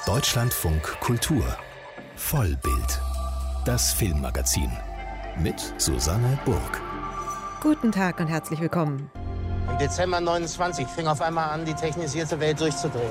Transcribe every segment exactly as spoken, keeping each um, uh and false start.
Deutschlandfunk Kultur Vollbild, das Filmmagazin mit Susanne Burg. Guten Tag und herzlich willkommen. Im Dezember neunundzwanzig fing auf einmal an, die technisierte Welt durchzudrehen.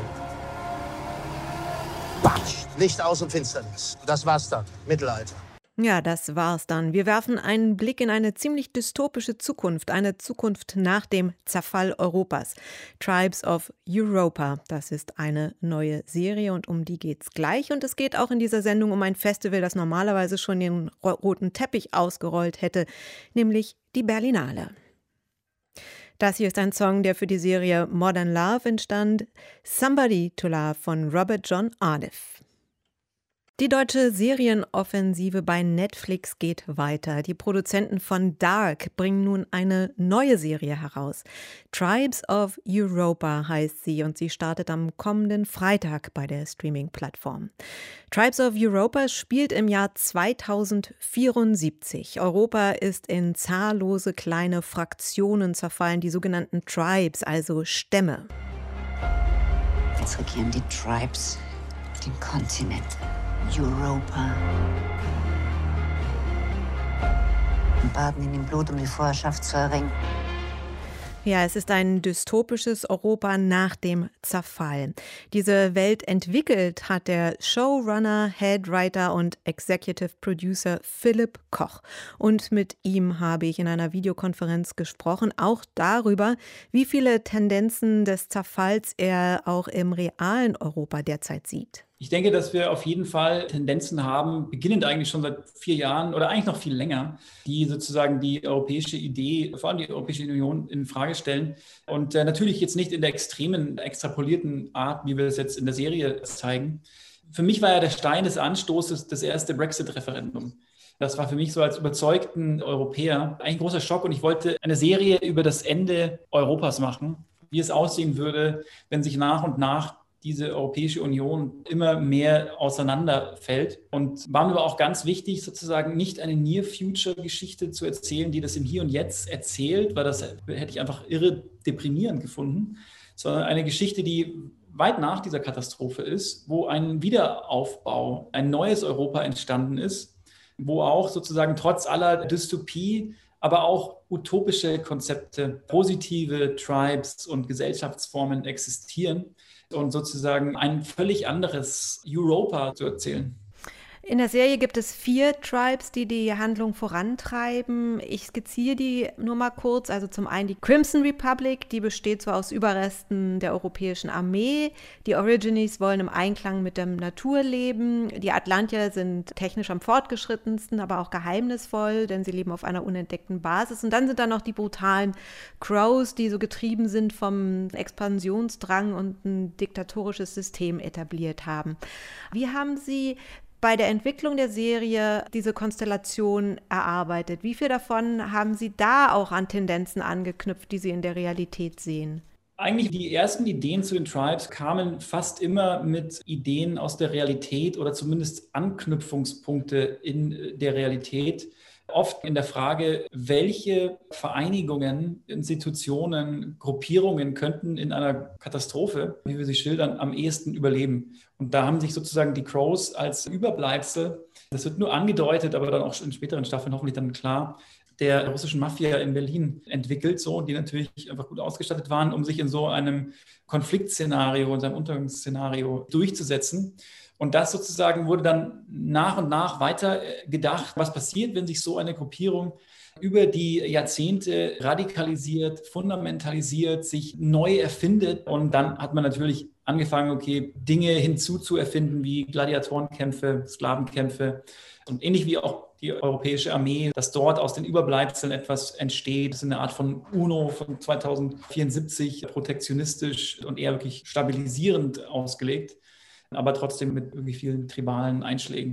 Batsch, Licht aus und Finsternis. Das war's dann, Mittelalter. Ja, das war's dann. Wir werfen einen Blick in eine ziemlich dystopische Zukunft, eine Zukunft nach dem Zerfall Europas. Tribes of Europa, das ist eine neue Serie und um die geht's gleich. Und es geht auch in dieser Sendung um ein Festival, das normalerweise schon den roten Teppich ausgerollt hätte, nämlich die Berlinale. Das hier ist ein Song, der für die Serie Modern Love entstand, Somebody to Love von Robert John Ardiff. Die deutsche Serienoffensive bei Netflix geht weiter. Die Produzenten von Dark bringen nun eine neue Serie heraus. Tribes of Europa heißt sie und sie startet am kommenden Freitag bei der Streaming-Plattform. Tribes of Europa spielt im Jahr zweitausendvierundsiebzig. Europa ist in zahllose kleine Fraktionen zerfallen, die sogenannten Tribes, also Stämme. Jetzt regieren die Tribes den Kontinent. Europa. Und baden in dem Blut, um die Vorherrschaft zu erringen. Ja, es ist ein dystopisches Europa nach dem Zerfall. Diese Welt entwickelt hat der Showrunner, Headwriter und Executive Producer Philipp Koch. Und mit ihm habe ich in einer Videokonferenz gesprochen, auch darüber, wie viele Tendenzen des Zerfalls er auch im realen Europa derzeit sieht. Ich denke, dass wir auf jeden Fall Tendenzen haben, beginnend eigentlich schon seit vier Jahren oder eigentlich noch viel länger, die sozusagen die europäische Idee, vor allem die Europäische Union, in Frage stellen. Und äh, natürlich jetzt nicht in der extremen, extrapolierten Art, wie wir es jetzt in der Serie zeigen. Für mich war ja der Stein des Anstoßes das erste Brexit-Referendum. Das war für mich so als überzeugten Europäer ein großer Schock und ich wollte eine Serie über das Ende Europas machen, wie es aussehen würde, wenn sich nach und nach diese Europäische Union immer mehr auseinanderfällt. Und war mir aber auch ganz wichtig, sozusagen nicht eine Near-Future-Geschichte zu erzählen, die das im Hier und Jetzt erzählt, weil das hätte ich einfach irre deprimierend gefunden, sondern eine Geschichte, die weit nach dieser Katastrophe ist, wo ein Wiederaufbau, ein neues Europa entstanden ist, wo auch sozusagen trotz aller Dystopie, aber auch utopische Konzepte, positive Tribes und Gesellschaftsformen existieren und sozusagen ein völlig anderes Europa zu erzählen. In der Serie gibt es vier Tribes, die die Handlung vorantreiben. Ich skizziere die nur mal kurz. Also zum einen die Crimson Republic, die besteht zwar aus Überresten der europäischen Armee. Die Origines wollen im Einklang mit der Natur leben. Die Atlantier sind technisch am fortgeschrittensten, aber auch geheimnisvoll, denn sie leben auf einer unentdeckten Basis. Und dann sind da noch die brutalen Crows, die so getrieben sind vom Expansionsdrang und ein diktatorisches System etabliert haben. Wie haben Sie bei der Entwicklung der Serie diese Konstellation erarbeitet? Wie viel davon haben Sie da auch an Tendenzen angeknüpft, die Sie in der Realität sehen? Eigentlich die ersten Ideen zu den Tribes kamen fast immer mit Ideen aus der Realität oder zumindest Anknüpfungspunkte in der Realität. Oft in der Frage, welche Vereinigungen, Institutionen, Gruppierungen könnten in einer Katastrophe, wie wir sie schildern, am ehesten überleben. Und da haben sich sozusagen die Crows als Überbleibsel, das wird nur angedeutet, aber dann auch in späteren Staffeln hoffentlich dann klar, der russischen Mafia in Berlin entwickelt, so, die natürlich einfach gut ausgestattet waren, um sich in so einem Konfliktszenario, in seinem Untergangsszenario durchzusetzen. Und das sozusagen wurde dann nach und nach weiter gedacht, was passiert, wenn sich so eine Gruppierung über die Jahrzehnte radikalisiert, fundamentalisiert, sich neu erfindet. Und dann hat man natürlich angefangen, okay, Dinge hinzuzuerfinden wie Gladiatorenkämpfe, Sklavenkämpfe und ähnlich wie auch die europäische Armee, dass dort aus den Überbleibseln etwas entsteht. Das ist eine Art von UNO von zweitausendvierundsiebzig, protektionistisch und eher wirklich stabilisierend ausgelegt, aber trotzdem mit irgendwie vielen tribalen Einschlägen.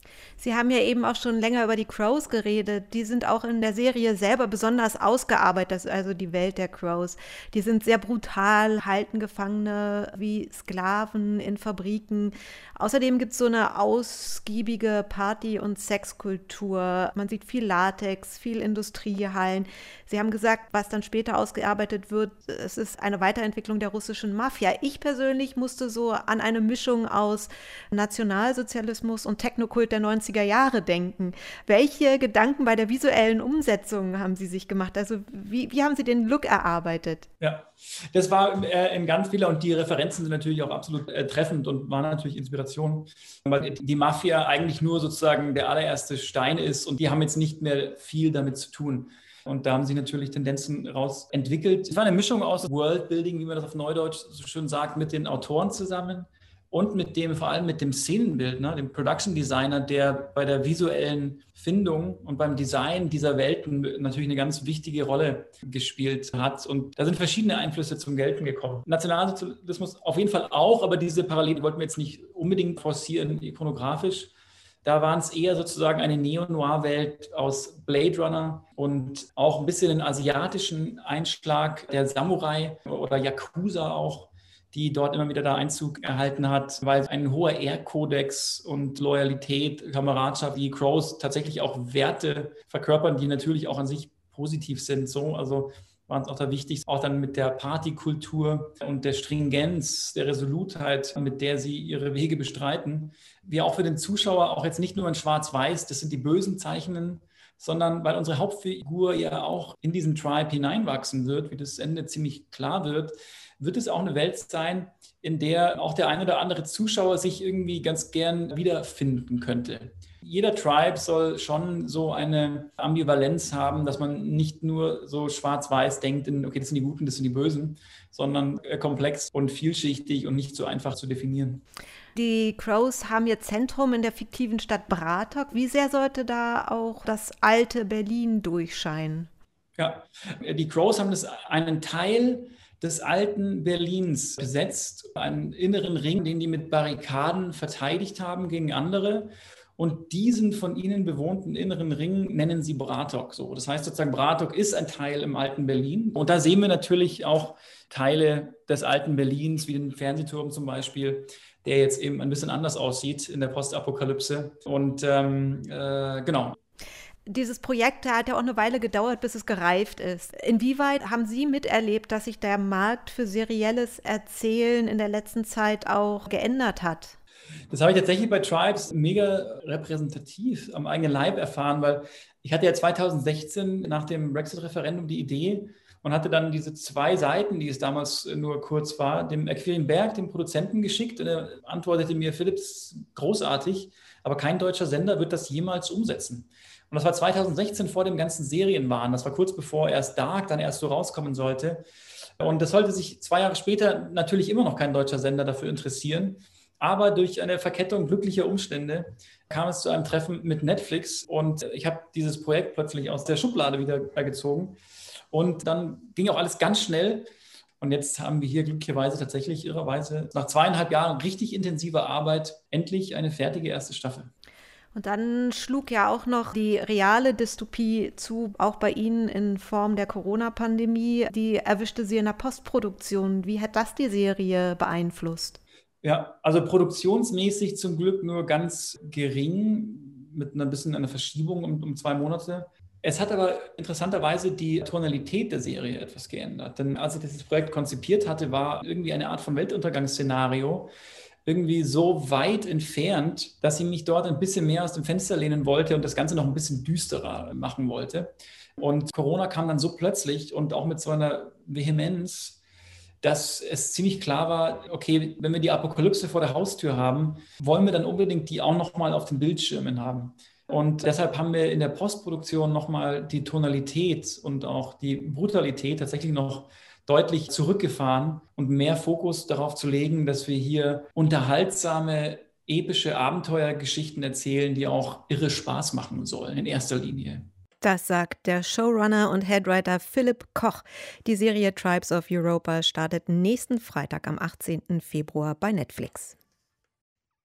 Sie haben ja eben auch schon länger über die Crows geredet. Die sind auch in der Serie selber besonders ausgearbeitet, also die Welt der Crows. Die sind sehr brutal, halten Gefangene wie Sklaven in Fabriken. Außerdem gibt es so eine ausgiebige Party- und Sexkultur. Man sieht viel Latex, viel Industriehallen. Sie haben gesagt, was dann später ausgearbeitet wird, es ist eine Weiterentwicklung der russischen Mafia. Ich persönlich musste so an eine Mischung aus Nationalsozialismus und Technokult der neunziger Jahre denken. Welche Gedanken bei der visuellen Umsetzung haben Sie sich gemacht? Also wie, wie haben Sie den Look erarbeitet? Ja, das war äh, in ganz vieler und die Referenzen sind natürlich auch absolut äh, treffend und waren natürlich Inspiration, weil die Mafia eigentlich nur sozusagen der allererste Stein ist und die haben jetzt nicht mehr viel damit zu tun. Und da haben sich natürlich Tendenzen raus entwickelt. Es war eine Mischung aus Worldbuilding, wie man das auf Neudeutsch so schön sagt, mit den Autoren zusammen und mit dem, vor allem mit dem Szenenbildner, dem Production Designer, der bei der visuellen Findung und beim Design dieser Welten natürlich eine ganz wichtige Rolle gespielt hat. Und da sind verschiedene Einflüsse zum Gelten gekommen. Nationalsozialismus auf jeden Fall auch, aber diese Parallele wollten wir jetzt nicht unbedingt forcieren, ikonografisch. Da waren es eher sozusagen eine Neo-Noir-Welt aus Blade Runner und auch ein bisschen einen asiatischen Einschlag der Samurai oder Yakuza auch, die dort immer wieder da Einzug erhalten hat, weil ein hoher Ehrkodex und Loyalität, Kameradschaft, die Crows tatsächlich auch Werte verkörpern, die natürlich auch an sich positiv sind. So, also waren es auch da wichtig, auch dann mit der Partykultur und der Stringenz, der Resolutheit, mit der sie ihre Wege bestreiten. Wir auch für den Zuschauer auch jetzt nicht nur in Schwarz-Weiß, das sind die Bösen zeichnen, sondern weil unsere Hauptfigur ja auch in diesen Tribe hineinwachsen wird, wie das Ende ziemlich klar wird, wird es auch eine Welt sein, in der auch der ein oder andere Zuschauer sich irgendwie ganz gern wiederfinden könnte. Jeder Tribe soll schon so eine Ambivalenz haben, dass man nicht nur so schwarz-weiß denkt, in, okay, das sind die Guten, das sind die Bösen, sondern komplex und vielschichtig und nicht so einfach zu definieren. Die Crows haben ihr Zentrum in der fiktiven Stadt Bratok. Wie sehr sollte da auch das alte Berlin durchscheinen? Ja, die Crows haben das einen Teil des alten Berlins besetzt, einen inneren Ring, den die mit Barrikaden verteidigt haben gegen andere. Und diesen von ihnen bewohnten inneren Ring nennen sie Bratok. So. Das heißt sozusagen, Bratok ist ein Teil im alten Berlin. Und da sehen wir natürlich auch Teile des alten Berlins, wie den Fernsehturm zum Beispiel, der jetzt eben ein bisschen anders aussieht in der Postapokalypse. Und ähm, äh, genau. Dieses Projekt hat ja auch eine Weile gedauert, bis es gereift ist. Inwieweit haben Sie miterlebt, dass sich der Markt für serielles Erzählen in der letzten Zeit auch geändert hat? Das habe ich tatsächlich bei Tribes mega repräsentativ am eigenen Leib erfahren, weil ich hatte ja zwanzig sechzehn nach dem Brexit-Referendum die Idee und hatte dann diese zwei Seiten, die es damals nur kurz war, dem Quirin Berg, dem Produzenten, geschickt. Und er antwortete mir, Philips, großartig, aber kein deutscher Sender wird das jemals umsetzen. Und das war zwanzig sechzehn vor dem ganzen Serienwahn. Das war kurz bevor erst Dark dann erst so rauskommen sollte. Und das sollte sich zwei Jahre später natürlich immer noch kein deutscher Sender dafür interessieren. Aber durch eine Verkettung glücklicher Umstände kam es zu einem Treffen mit Netflix und ich habe dieses Projekt plötzlich aus der Schublade wieder gezogen. Und dann ging auch alles ganz schnell. Und jetzt haben wir hier glücklicherweise tatsächlich irrerweise nach zweieinhalb Jahren richtig intensiver Arbeit endlich eine fertige erste Staffel. Und dann schlug ja auch noch die reale Dystopie zu, auch bei Ihnen in Form der Corona-Pandemie. Die erwischte Sie in der Postproduktion. Wie hat das die Serie beeinflusst? Ja, also produktionsmäßig zum Glück nur ganz gering, mit ein bisschen einer Verschiebung um, um zwei Monate. Es hat aber interessanterweise die Tonalität der Serie etwas geändert. Denn als ich dieses Projekt konzipiert hatte, war irgendwie eine Art von Weltuntergangsszenario irgendwie so weit entfernt, dass ich mich dort ein bisschen mehr aus dem Fenster lehnen wollte und das Ganze noch ein bisschen düsterer machen wollte. Und Corona kam dann so plötzlich und auch mit so einer Vehemenz, dass es ziemlich klar war, okay, wenn wir die Apokalypse vor der Haustür haben, wollen wir dann unbedingt die auch nochmal auf den Bildschirmen haben. Und deshalb haben wir in der Postproduktion nochmal die Tonalität und auch die Brutalität tatsächlich noch deutlich zurückgefahren und mehr Fokus darauf zu legen, dass wir hier unterhaltsame, epische Abenteuergeschichten erzählen, die auch irre Spaß machen sollen in erster Linie. Das sagt der Showrunner und Headwriter Philipp Koch. Die Serie Tribes of Europa startet nächsten Freitag am achtzehnten Februar bei Netflix.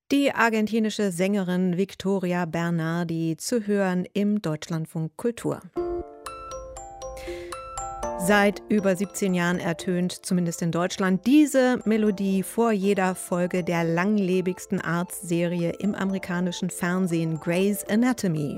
Die argentinische Sängerin Victoria Bernardi zu hören im Deutschlandfunk Kultur. Seit über siebzehn Jahren ertönt, zumindest in Deutschland, diese Melodie vor jeder Folge der langlebigsten Arztserie im amerikanischen Fernsehen, Grey's Anatomy.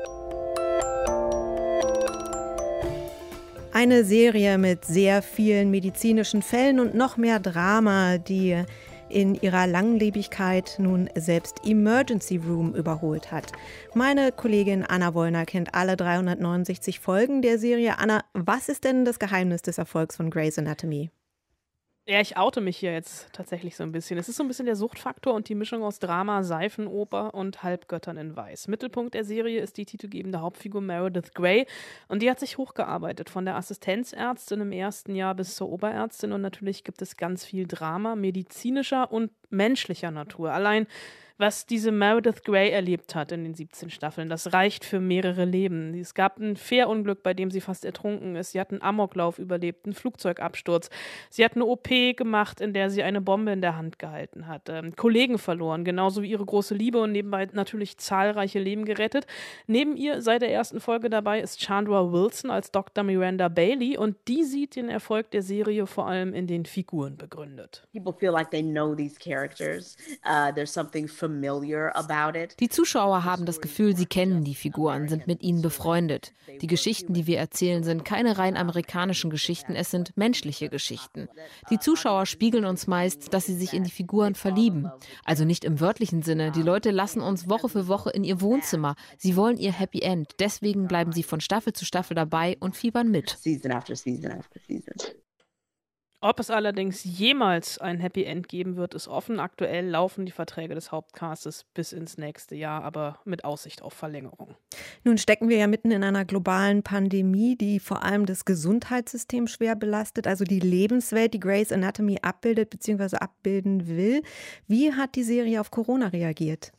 Eine Serie mit sehr vielen medizinischen Fällen und noch mehr Drama, die in ihrer Langlebigkeit nun selbst Emergency Room überholt hat. Meine Kollegin Anna Wollner kennt alle dreihundertneunundsechzig Folgen der Serie. Anna, was ist denn das Geheimnis des Erfolgs von Grey's Anatomy? Ja, ich oute mich hier jetzt tatsächlich so ein bisschen. Es ist so ein bisschen der Suchtfaktor und die Mischung aus Drama, Seifenoper und Halbgöttern in Weiß. Mittelpunkt der Serie ist die titelgebende Hauptfigur Meredith Grey und die hat sich hochgearbeitet, von der Assistenzärztin im ersten Jahr bis zur Oberärztin, und natürlich gibt es ganz viel Drama, medizinischer und menschlicher Natur. Allein was diese Meredith Grey erlebt hat in den siebzehn Staffeln, das reicht für mehrere Leben. Es gab ein Fährunglück, bei dem sie fast ertrunken ist. Sie hat einen Amoklauf überlebt, einen Flugzeugabsturz. Sie hat eine O P gemacht, in der sie eine Bombe in der Hand gehalten hat. Ähm, Kollegen verloren, genauso wie ihre große Liebe, und nebenbei natürlich zahlreiche Leben gerettet. Neben ihr seit der ersten Folge dabei ist Chandra Wilson als Doktor Miranda Bailey, und die sieht den Erfolg der Serie vor allem in den Figuren begründet. People feel like they know these characters. Uh, there's something familiar. Die Zuschauer haben das Gefühl, sie kennen die Figuren, sind mit ihnen befreundet. Die Geschichten, die wir erzählen, sind keine rein amerikanischen Geschichten, es sind menschliche Geschichten. Die Zuschauer spiegeln uns meist, dass sie sich in die Figuren verlieben. Also nicht im wörtlichen Sinne, die Leute lassen uns Woche für Woche in ihr Wohnzimmer. Sie wollen ihr Happy End, deswegen bleiben sie von Staffel zu Staffel dabei und fiebern mit. Season after season after season. Ob es allerdings jemals ein Happy End geben wird, ist offen. Aktuell laufen die Verträge des Hauptcastes bis ins nächste Jahr, aber mit Aussicht auf Verlängerung. Nun stecken wir ja mitten in einer globalen Pandemie, die vor allem das Gesundheitssystem schwer belastet, also die Lebenswelt, die Grey's Anatomy abbildet bzw. abbilden will. Wie hat die Serie auf Corona reagiert?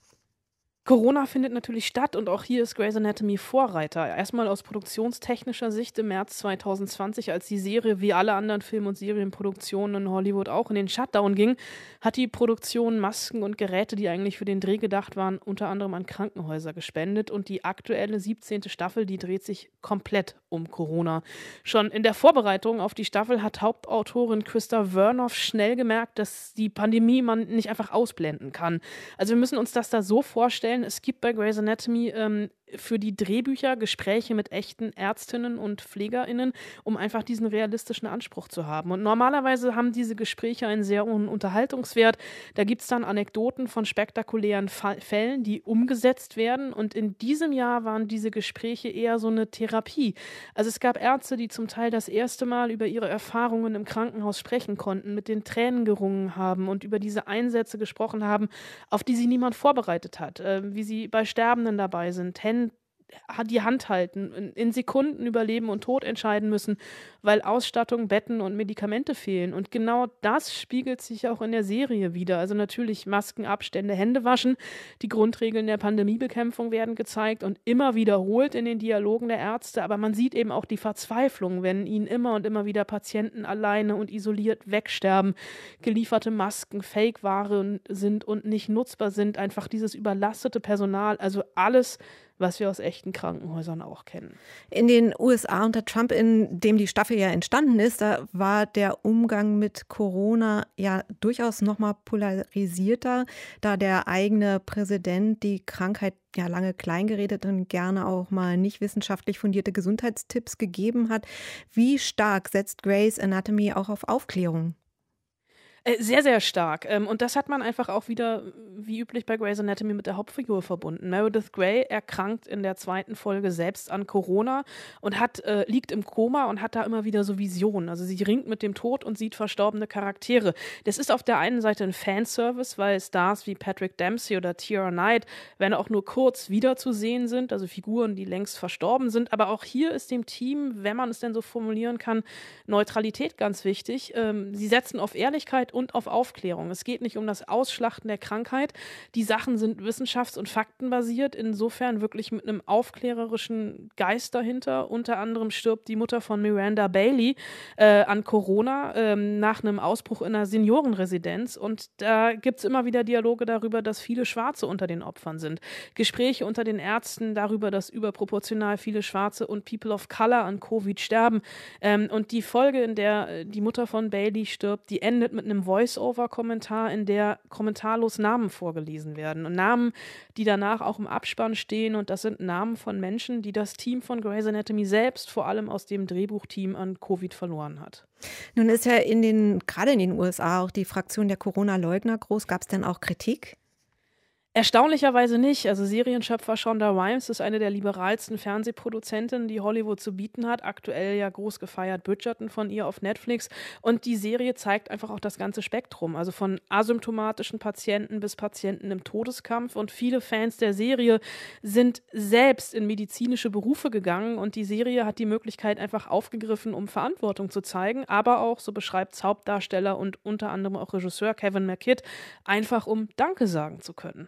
Corona findet natürlich statt und auch hier ist Grey's Anatomy Vorreiter. Erstmal aus produktionstechnischer Sicht im März zwanzig zwanzig, als die Serie wie alle anderen Film- und Serienproduktionen in Hollywood auch in den Shutdown ging, hat die Produktion Masken und Geräte, die eigentlich für den Dreh gedacht waren, unter anderem an Krankenhäuser gespendet, und die aktuelle siebzehnte Staffel, die dreht sich komplett um Corona. Schon in der Vorbereitung auf die Staffel hat Hauptautorin Krista Vernoff schnell gemerkt, dass die Pandemie man nicht einfach ausblenden kann. Also wir müssen uns das da so vorstellen, es gibt bei Grey's Anatomy ähm, für die Drehbücher Gespräche mit echten Ärztinnen und PflegerInnen, um einfach diesen realistischen Anspruch zu haben. Und normalerweise haben diese Gespräche einen sehr hohen Unterhaltungswert. Da gibt es dann Anekdoten von spektakulären Fa- Fällen, die umgesetzt werden. Und in diesem Jahr waren diese Gespräche eher so eine Therapie. Also es gab Ärzte, die zum Teil das erste Mal über ihre Erfahrungen im Krankenhaus sprechen konnten, mit den Tränen gerungen haben und über diese Einsätze gesprochen haben, auf die sie niemand vorbereitet hat. Äh, wie sie bei Sterbenden dabei sind, Händen die Hand halten, in Sekunden über Leben und Tod entscheiden müssen, weil Ausstattung, Betten und Medikamente fehlen. Und genau das spiegelt sich auch in der Serie wieder. Also natürlich Masken, Abstände, Hände waschen. Die Grundregeln der Pandemiebekämpfung werden gezeigt und immer wiederholt in den Dialogen der Ärzte. Aber man sieht eben auch die Verzweiflung, wenn ihnen immer und immer wieder Patienten alleine und isoliert wegsterben. Gelieferte Masken, Fake-Ware sind und nicht nutzbar sind. Einfach dieses überlastete Personal. Also alles, was wir aus echten Krankenhäusern auch kennen. In den U S A unter Trump, in dem die Staffel ja entstanden ist, da war der Umgang mit Corona ja durchaus noch mal polarisierter, da der eigene Präsident die Krankheit ja lange kleingeredet und gerne auch mal nicht wissenschaftlich fundierte Gesundheitstipps gegeben hat. Wie stark setzt Grey's Anatomy auch auf Aufklärung? Sehr, sehr stark. Und das hat man einfach auch wieder, wie üblich bei Grey's Anatomy, mit der Hauptfigur verbunden. Meredith Grey erkrankt in der zweiten Folge selbst an Corona und hat, äh, liegt im Koma und hat da immer wieder so Visionen. Also sie ringt mit dem Tod und sieht verstorbene Charaktere. Das ist auf der einen Seite ein Fanservice, weil Stars wie Patrick Dempsey oder Keira Knight, wenn auch nur kurz wiederzusehen sind, also Figuren, die längst verstorben sind. Aber auch hier ist dem Team, wenn man es denn so formulieren kann, Neutralität ganz wichtig. Ähm, sie setzen auf Ehrlichkeit und auf Aufklärung. Es geht nicht um das Ausschlachten der Krankheit. Die Sachen sind wissenschafts- und faktenbasiert, insofern wirklich mit einem aufklärerischen Geist dahinter. Unter anderem stirbt die Mutter von Miranda Bailey äh, an Corona äh, nach einem Ausbruch in einer Seniorenresidenz. Und da gibt es immer wieder Dialoge darüber, dass viele Schwarze unter den Opfern sind. Gespräche unter den Ärzten darüber, dass überproportional viele Schwarze und People of Color an Covid sterben. Ähm, und die Folge, in der die Mutter von Bailey stirbt, die endet mit einem Voice-Over-Kommentar, in der kommentarlos Namen vorgelesen werden. Und Namen, die danach auch im Abspann stehen. Und das sind Namen von Menschen, die das Team von Grey's Anatomy selbst vor allem aus dem Drehbuchteam an Covid verloren hat. Nun ist ja in den, gerade in den U S A auch die Fraktion der Corona-Leugner groß. Gab es denn auch Kritik? Erstaunlicherweise nicht. Also Serienschöpfer Shonda Rhimes ist eine der liberalsten Fernsehproduzentinnen, die Hollywood zu bieten hat. Aktuell ja groß gefeiert Bridgerton von ihr auf Netflix. Und die Serie zeigt einfach auch das ganze Spektrum. Also von asymptomatischen Patienten bis Patienten im Todeskampf. Und viele Fans der Serie sind selbst in medizinische Berufe gegangen. Und die Serie hat die Möglichkeit einfach aufgegriffen, um Verantwortung zu zeigen. Aber auch, so beschreibt es Hauptdarsteller und unter anderem auch Regisseur Kevin McKidd, einfach um Danke sagen zu können.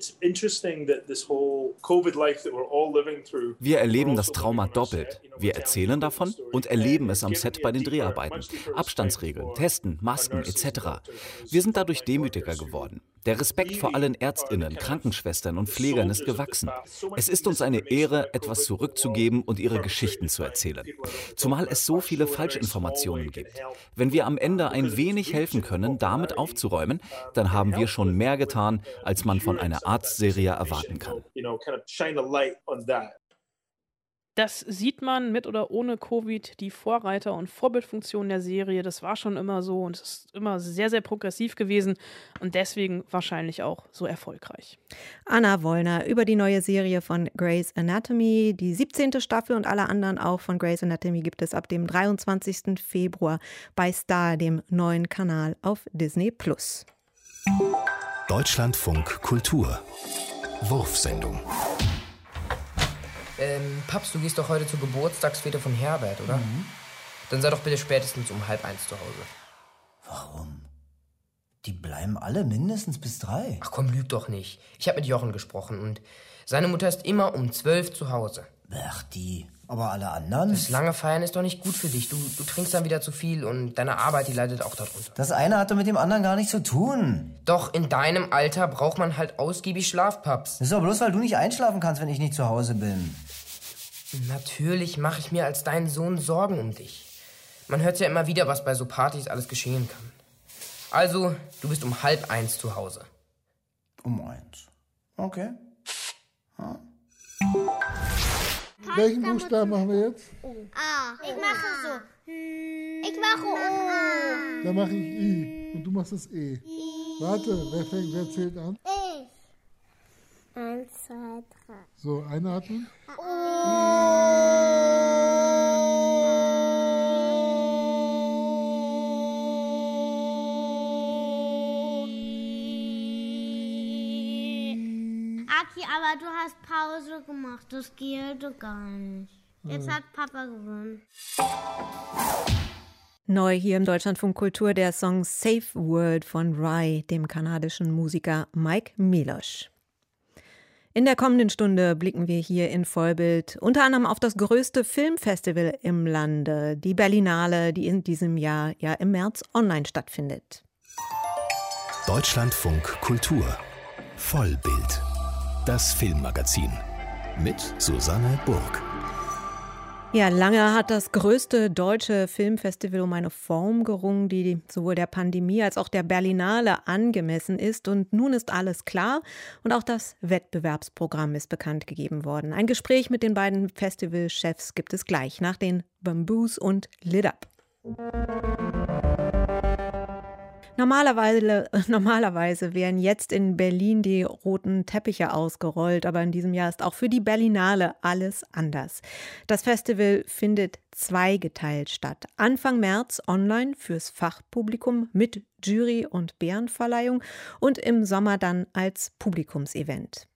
Wir erleben das Trauma doppelt. Wir erzählen davon und erleben es am Set bei den Dreharbeiten. Abstandsregeln, Testen, Masken et cetera. Wir sind dadurch demütiger geworden. Der Respekt vor allen ÄrztInnen, Krankenschwestern und Pflegern ist gewachsen. Es ist uns eine Ehre, etwas zurückzugeben und ihre Geschichten zu erzählen. Zumal es so viele Falschinformationen gibt. Wenn wir am Ende ein wenig helfen können, damit aufzuräumen, dann haben wir schon mehr getan, als man von einer Arztserie erwarten kann. Das sieht man mit oder ohne Covid, die Vorreiter- und Vorbildfunktion der Serie. Das war schon immer so und es ist immer sehr, sehr progressiv gewesen und deswegen wahrscheinlich auch so erfolgreich. Anna Wollner über die neue Serie von Grey's Anatomy. Die siebzehnte Staffel und alle anderen auch von Grey's Anatomy gibt es ab dem dreiundzwanzigsten Februar bei Star, dem neuen Kanal auf Disney Plus. Deutschlandfunk Kultur. Wurfsendung. Ähm, Paps, du gehst doch heute zur Geburtstagsfete von Herbert, oder? Mhm. Dann sei doch bitte spätestens um halb eins zu Hause. Warum? Die bleiben alle mindestens bis drei. Ach komm, lüg doch nicht. Ich habe mit Jochen gesprochen und seine Mutter ist immer um zwölf zu Hause. Ach, die. Aber alle anderen? Das lange Feiern ist doch nicht gut für dich. Du, du trinkst dann wieder zu viel und deine Arbeit, die leidet auch darunter. Das eine hat doch mit dem anderen gar nichts zu tun. Doch, in deinem Alter braucht man halt ausgiebig Schlaf, Paps. Das ist doch bloß, weil du nicht einschlafen kannst, wenn ich nicht zu Hause bin. Natürlich mache ich mir als dein Sohn Sorgen um dich. Man hört ja immer wieder, was bei so Partys alles geschehen kann. Also, du bist um halb eins zu Hause. Um eins. Okay. Hm. Welchen Buchstaben machen wir jetzt? A. Ich mache so. Ich mache O. Dann mache ich I. Und du machst das E. I. Warte, wer fängt, wer zählt an? Ich. Eins, zwei, drei. So, einatmen. Aki, aber du hast Pause gemacht. Das geht doch gar nicht. Jetzt hat Papa gewonnen. Neu hier im Deutschlandfunk Kultur der Song Safe Word von Rhye, dem kanadischen Musiker Mike Milosch. In der kommenden Stunde blicken wir hier in Vollbild unter anderem auf das größte Filmfestival im Lande, die Berlinale, die in diesem Jahr ja im März online stattfindet. Deutschlandfunk Kultur. Vollbild. Das Filmmagazin. Mit Susanne Burg. Ja, lange hat das größte deutsche Filmfestival um eine Form gerungen, die sowohl der Pandemie als auch der Berlinale angemessen ist. Und nun ist alles klar und auch das Wettbewerbsprogramm ist bekannt gegeben worden. Ein Gespräch mit den beiden Festivalchefs gibt es gleich nach den Bamboos und Lit Up. Normalerweise, normalerweise wären jetzt in Berlin die roten Teppiche ausgerollt, aber in diesem Jahr ist auch für die Berlinale alles anders. Das Festival findet zweigeteilt statt. Anfang März online fürs Fachpublikum mit Jury- und Bärenverleihung und im Sommer dann als Publikumsevent.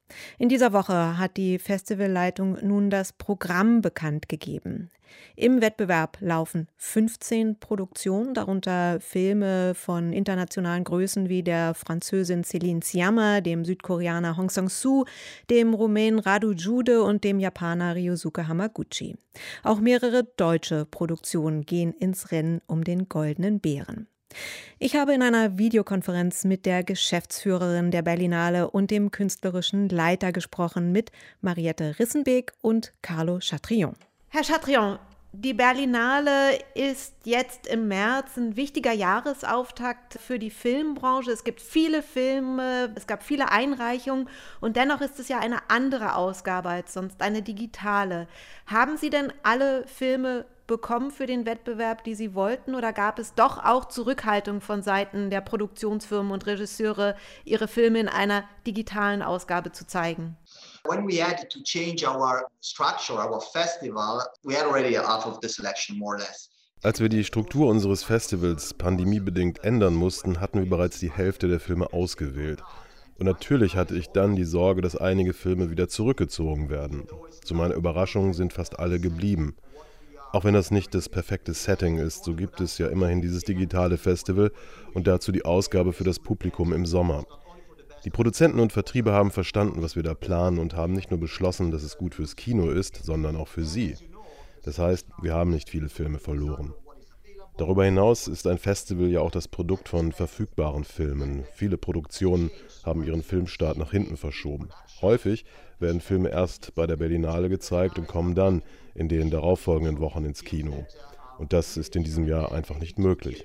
In dieser Woche hat die Festivalleitung nun das Programm bekannt gegeben. Im Wettbewerb laufen fünfzehn Produktionen, darunter Filme von internationalen Größen wie der Französin Céline Sciamma, dem Südkoreaner Hong Sang-soo, dem Rumänen Radu Jude und dem Japaner Ryosuke Hamaguchi. Auch mehrere deutsche Produktionen gehen ins Rennen um den Goldenen Bären. Ich habe in einer Videokonferenz mit der Geschäftsführerin der Berlinale und dem künstlerischen Leiter gesprochen, mit Mariette Rissenbeek und Carlo Chatrion. Herr Chatrion, die Berlinale ist jetzt im März ein wichtiger Jahresauftakt für die Filmbranche. Es gibt viele Filme, es gab viele Einreichungen und dennoch ist es ja eine andere Ausgabe als sonst, eine digitale. Haben Sie denn alle Filme bekommen für den Wettbewerb, die Sie wollten, oder gab es doch auch Zurückhaltung von Seiten der Produktionsfirmen und Regisseure, ihre Filme in einer digitalen Ausgabe zu zeigen? When we had to change our structure, our festival, we had already half of the selection, more or less. Als wir die Struktur unseres Festivals pandemiebedingt ändern mussten, hatten wir bereits die Hälfte der Filme ausgewählt. Und natürlich hatte ich dann die Sorge, dass einige Filme wieder zurückgezogen werden. Zu meiner Überraschung sind fast alle geblieben. Auch wenn das nicht das perfekte Setting ist, so gibt es ja immerhin dieses digitale Festival und dazu die Ausgabe für das Publikum im Sommer. Die Produzenten und Vertriebe haben verstanden, was wir da planen und haben nicht nur beschlossen, dass es gut fürs Kino ist, sondern auch für sie. Das heißt, wir haben nicht viele Filme verloren. Darüber hinaus ist ein Festival ja auch das Produkt von verfügbaren Filmen. Viele Produktionen haben ihren Filmstart nach hinten verschoben. Häufig werden Filme erst bei der Berlinale gezeigt und kommen dann in den darauffolgenden Wochen ins Kino. Und das ist in diesem Jahr einfach nicht möglich.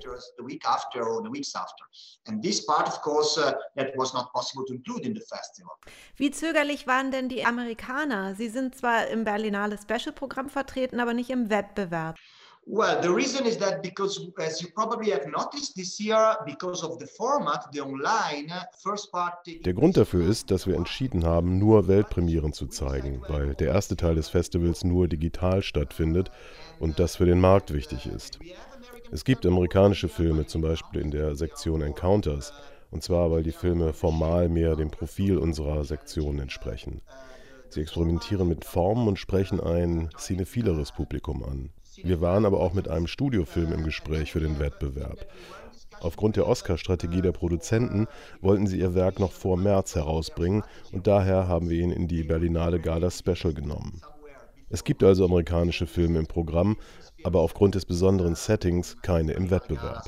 Wie zögerlich waren denn die Amerikaner? Sie sind zwar im Berlinale Special-Programm vertreten, aber nicht im Wettbewerb. Well, the reason is that because, as you probably have noticed this year, because of the format, the online first party. Der Grund dafür ist, dass wir entschieden haben, nur Weltpremieren zu zeigen, weil der erste Teil des Festivals nur digital stattfindet und das für den Markt wichtig ist. Es gibt amerikanische Filme, zum Beispiel in der Sektion Encounters, und zwar, weil die Filme formal mehr dem Profil unserer Sektion entsprechen. Sie experimentieren mit Formen und sprechen ein cinephileres Publikum an. Wir waren aber auch mit einem Studiofilm im Gespräch für den Wettbewerb. Aufgrund der Oscar-Strategie der Produzenten wollten sie ihr Werk noch vor März herausbringen und daher haben wir ihn in die Berlinale Gala Special genommen. Es gibt also amerikanische Filme im Programm, aber aufgrund des besonderen Settings keine im Wettbewerb.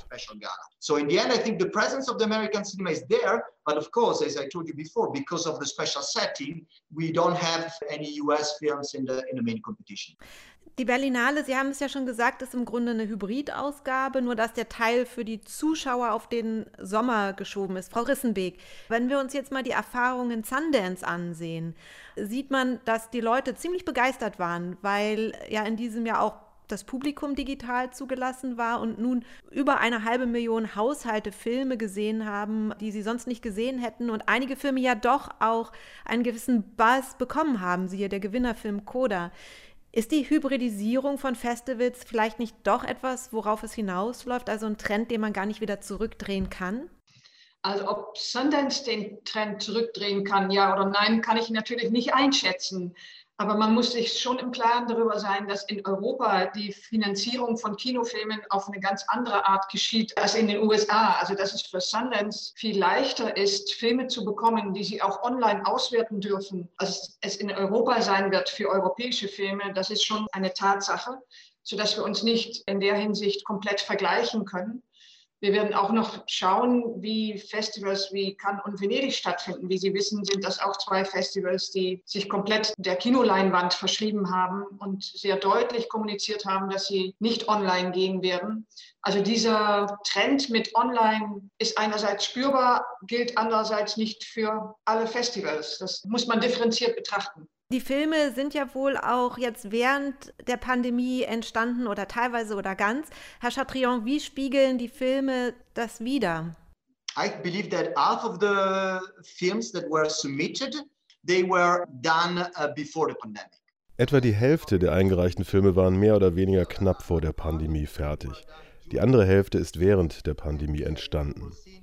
So in the end, I think the presence of the American cinema is there, but of course, as I told you before, because of the special setting, we don't have any U S films in the in the main competition. Die Berlinale, Sie haben es ja schon gesagt, ist im Grunde eine Hybridausgabe, nur dass der Teil für die Zuschauer auf den Sommer geschoben ist. Frau Rissenbeek, wenn wir uns jetzt mal die Erfahrungen in Sundance ansehen, sieht man, dass die Leute ziemlich begeistert waren, weil ja in diesem Jahr auch das Publikum digital zugelassen war und nun über eine halbe Million Haushalte Filme gesehen haben, die sie sonst nicht gesehen hätten und einige Filme ja doch auch einen gewissen Buzz bekommen haben, siehe der Gewinnerfilm Coda. Ist die Hybridisierung von Festivals vielleicht nicht doch etwas, worauf es hinausläuft, also ein Trend, den man gar nicht wieder zurückdrehen kann? Also ob Sundance den Trend zurückdrehen kann, ja oder nein, kann ich natürlich nicht einschätzen. Aber man muss sich schon im Klaren darüber sein, dass in Europa die Finanzierung von Kinofilmen auf eine ganz andere Art geschieht als in den U S A. Also dass es für Sundance viel leichter ist, Filme zu bekommen, die sie auch online auswerten dürfen, als es in Europa sein wird für europäische Filme. Das ist schon eine Tatsache, sodass wir uns nicht in der Hinsicht komplett vergleichen können. Wir werden auch noch schauen, wie Festivals wie Cannes und Venedig stattfinden. Wie Sie wissen, sind das auch zwei Festivals, die sich komplett der Kinoleinwand verschrieben haben und sehr deutlich kommuniziert haben, dass sie nicht online gehen werden. Also dieser Trend mit Online ist einerseits spürbar, gilt andererseits nicht für alle Festivals. Das muss man differenziert betrachten. Die Filme sind ja wohl auch jetzt während der Pandemie entstanden oder teilweise oder ganz. Herr Chatrion, wie spiegeln die Filme das wider? I believe that half of the films that were submitted, they were done uh, before the pandemic. Etwa die Hälfte der eingereichten Filme waren mehr oder weniger knapp vor der Pandemie fertig. Die andere Hälfte ist während der Pandemie entstanden.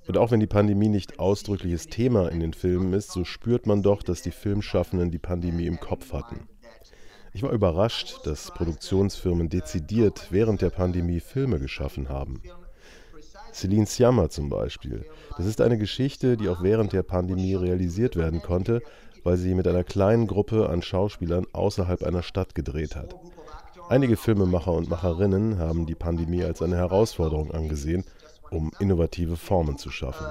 Und auch wenn die Pandemie nicht ausdrückliches Thema in den Filmen ist, so spürt man doch, dass die Filmschaffenden die Pandemie im Kopf hatten. Ich war überrascht, dass Produktionsfirmen dezidiert während der Pandemie Filme geschaffen haben. Céline Sciamma zum Beispiel. Das ist eine Geschichte, die auch während der Pandemie realisiert werden konnte, weil sie mit einer kleinen Gruppe an Schauspielern außerhalb einer Stadt gedreht hat. Einige Filmemacher und Macherinnen haben die Pandemie als eine Herausforderung angesehen, um innovative Formen zu schaffen.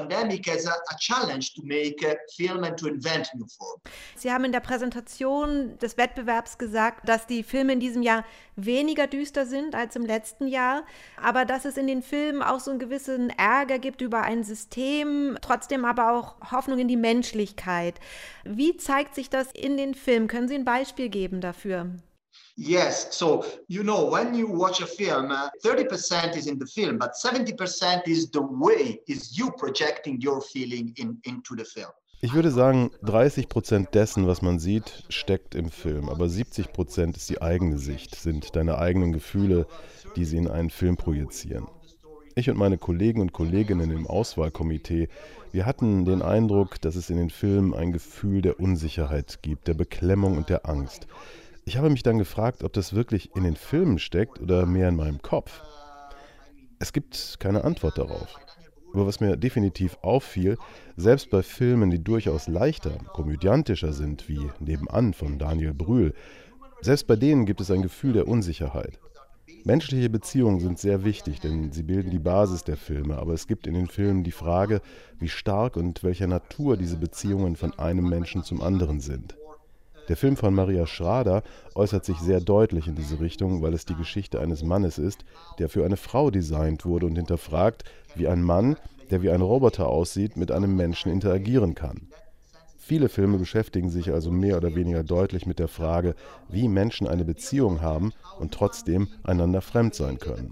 Sie haben in der Präsentation des Wettbewerbs gesagt, dass die Filme in diesem Jahr weniger düster sind als im letzten Jahr, aber dass es in den Filmen auch so einen gewissen Ärger gibt über ein System, trotzdem aber auch Hoffnung in die Menschlichkeit. Wie zeigt sich das in den Filmen? Können Sie ein Beispiel geben dafür? Yes, so you know, when you watch a film, uh, thirty percent is in the film, but seventy percent is the way, is you projecting your feeling in, into the film. Ich würde sagen, dreißig Prozent dessen, was man sieht, steckt im Film, aber siebzig Prozent ist die eigene Sicht, sind deine eigenen Gefühle, die sie in einen Film projizieren. Ich und meine Kollegen und Kolleginnen im Auswahlkomitee, wir hatten den Eindruck, dass es in den Filmen ein Gefühl der Unsicherheit gibt, der Beklemmung und der Angst. Ich habe mich dann gefragt, ob das wirklich in den Filmen steckt oder mehr in meinem Kopf. Es gibt keine Antwort darauf. Aber was mir definitiv auffiel, selbst bei Filmen, die durchaus leichter, komödiantischer sind, wie Nebenan von Daniel Brühl, selbst bei denen gibt es ein Gefühl der Unsicherheit. Menschliche Beziehungen sind sehr wichtig, denn sie bilden die Basis der Filme, aber es gibt in den Filmen die Frage, wie stark und welcher Natur diese Beziehungen von einem Menschen zum anderen sind. Der Film von Maria Schrader äußert sich sehr deutlich in diese Richtung, weil es die Geschichte eines Mannes ist, der für eine Frau designt wurde und hinterfragt, wie ein Mann, der wie ein Roboter aussieht, mit einem Menschen interagieren kann. Viele Filme beschäftigen sich also mehr oder weniger deutlich mit der Frage, wie Menschen eine Beziehung haben und trotzdem einander fremd sein können.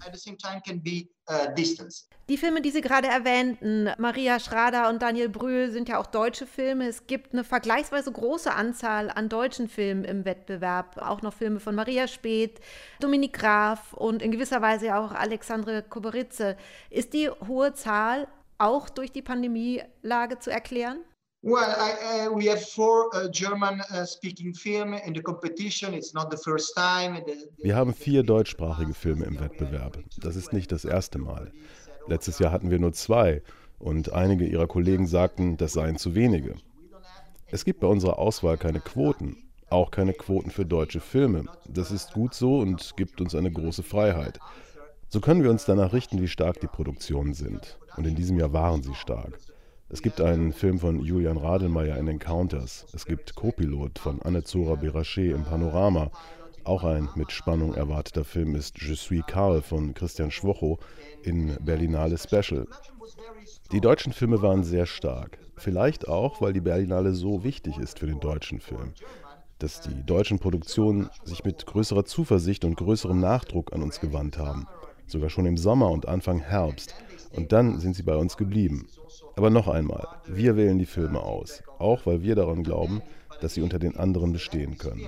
Die Filme, die Sie gerade erwähnten, Maria Schrader und Daniel Brühl, sind ja auch deutsche Filme. Es gibt eine vergleichsweise große Anzahl an deutschen Filmen im Wettbewerb. Auch noch Filme von Maria Späth, Dominik Graf und in gewisser Weise auch Alexandre Koberitze. Ist die hohe Zahl auch durch die Pandemielage zu erklären? Well, I, uh, we have four uh, German-speaking uh, films in the competition. It's not the first time. Wir haben vier deutschsprachige Filme im Wettbewerb. Das ist nicht das erste Mal. Letztes Jahr hatten wir nur zwei und einige Ihrer Kollegen sagten, das seien zu wenige. Es gibt bei unserer Auswahl keine Quoten, auch keine Quoten für deutsche Filme. Das ist gut so und gibt uns eine große Freiheit. So können wir uns danach richten, wie stark die Produktionen sind. Und in diesem Jahr waren sie stark. Es gibt einen Film von Julian Radelmeier in Encounters. Es gibt Co-Pilot von Anne-Zora Berachet im Panorama. Auch ein mit Spannung erwarteter Film ist Je suis Karl von Christian Schwocho in Berlinale Special. Die deutschen Filme waren sehr stark. Vielleicht auch, weil die Berlinale so wichtig ist für den deutschen Film. Dass die deutschen Produktionen sich mit größerer Zuversicht und größerem Nachdruck an uns gewandt haben. Sogar schon im Sommer und Anfang Herbst. Und dann sind sie bei uns geblieben. Aber noch einmal, wir wählen die Filme aus, auch weil wir daran glauben, dass sie unter den anderen bestehen können.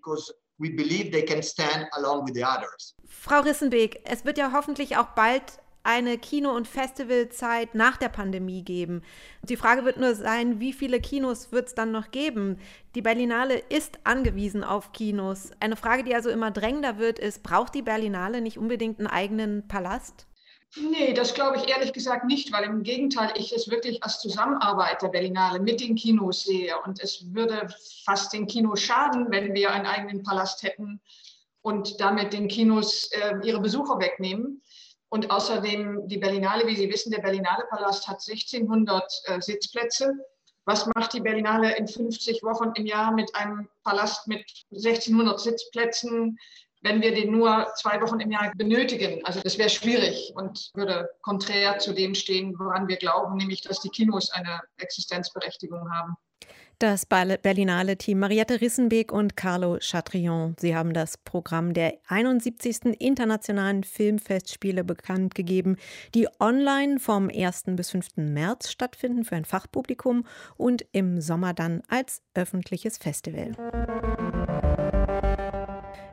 Frau Rissenbeek, es wird ja hoffentlich auch bald eine Kino- und Festivalzeit nach der Pandemie geben. Die Frage wird nur sein, wie viele Kinos wird es dann noch geben? Die Berlinale ist angewiesen auf Kinos. Eine Frage, die also immer drängender wird, ist, braucht die Berlinale nicht unbedingt einen eigenen Palast? Nee, das glaube ich ehrlich gesagt nicht, weil im Gegenteil, ich es wirklich als Zusammenarbeit der Berlinale mit den Kinos sehe. Und es würde fast den Kinos schaden, wenn wir einen eigenen Palast hätten und damit den Kinos äh, ihre Besucher wegnehmen. Und außerdem die Berlinale, wie Sie wissen, der Berlinale Palast hat sechzehnhundert äh, Sitzplätze. Was macht die Berlinale in fünfzig Wochen im Jahr mit einem Palast mit sechzehnhundert Sitzplätzen, wenn wir den nur zwei Wochen im Jahr benötigen? Also das wäre schwierig und würde konträr zu dem stehen, woran wir glauben, nämlich dass die Kinos eine Existenzberechtigung haben. Das Berlinale-Team Mariette Rissenbeek und Carlo Chatrion. Sie haben das Programm der einundsiebzigsten Internationalen Filmfestspiele bekannt gegeben, die online vom ersten bis fünften März stattfinden für ein Fachpublikum und im Sommer dann als öffentliches Festival.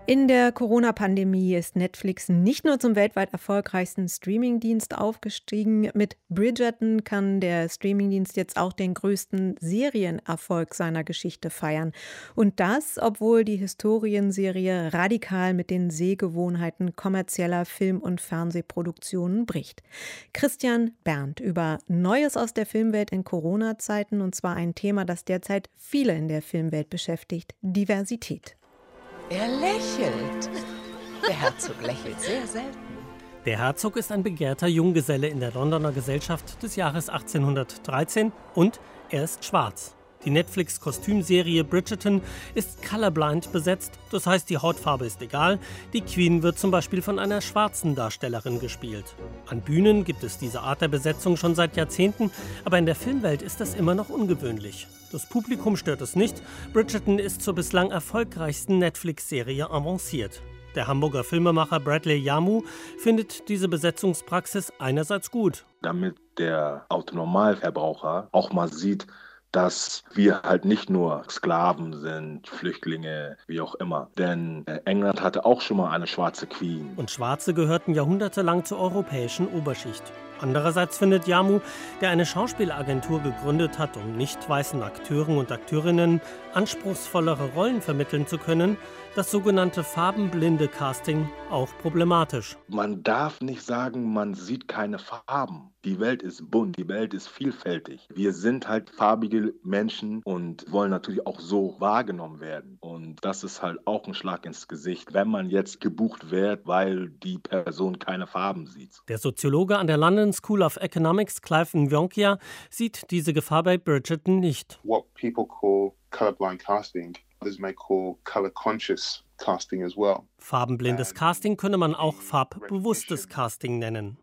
In der Corona-Pandemie ist Netflix nicht nur zum weltweit erfolgreichsten Streamingdienst aufgestiegen. Mit Bridgerton kann der Streamingdienst jetzt auch den größten Serienerfolg seiner Geschichte feiern. Und das, obwohl die Historienserie radikal mit den Sehgewohnheiten kommerzieller Film- und Fernsehproduktionen bricht. Christian Berndt über Neues aus der Filmwelt in Corona-Zeiten, und zwar ein Thema, das derzeit viele in der Filmwelt beschäftigt: Diversität. Er lächelt. Der Herzog lächelt sehr selten. Der Herzog ist ein begehrter Junggeselle in der Londoner Gesellschaft des Jahres achtzehnhundertdreizehn und er ist schwarz. Die Netflix-Kostümserie Bridgerton ist colorblind besetzt, das heißt, die Hautfarbe ist egal. Die Queen wird zum Beispiel von einer schwarzen Darstellerin gespielt. An Bühnen gibt es diese Art der Besetzung schon seit Jahrzehnten, aber in der Filmwelt ist das immer noch ungewöhnlich. Das Publikum stört es nicht. Bridgerton ist zur bislang erfolgreichsten Netflix-Serie avanciert. Der Hamburger Filmemacher Bradley Yamu findet diese Besetzungspraxis einerseits gut. Damit der Autonormalverbraucher auch mal sieht, dass wir halt nicht nur Sklaven sind, Flüchtlinge, wie auch immer. Denn England hatte auch schon mal eine schwarze Queen. Und Schwarze gehörten jahrhundertelang zur europäischen Oberschicht. Andererseits findet Yamu, der eine Schauspielagentur gegründet hat, um nicht weißen Akteuren und Akteurinnen anspruchsvollere Rollen vermitteln zu können, das sogenannte farbenblinde Casting auch problematisch. Man darf nicht sagen, man sieht keine Farben. Die Welt ist bunt, die Welt ist vielfältig. Wir sind halt farbige Menschen und wollen natürlich auch so wahrgenommen werden. Und das ist halt auch ein Schlag ins Gesicht, wenn man jetzt gebucht wird, weil die Person keine Farben sieht. Der Soziologe an der London School of Economics, Clive Nwonkya, sieht diese Gefahr bei Bridgerton nicht. What people call colorblind casting, others may call color conscious casting as well. Farbenblindes Casting könne man auch farbbewusstes Casting nennen.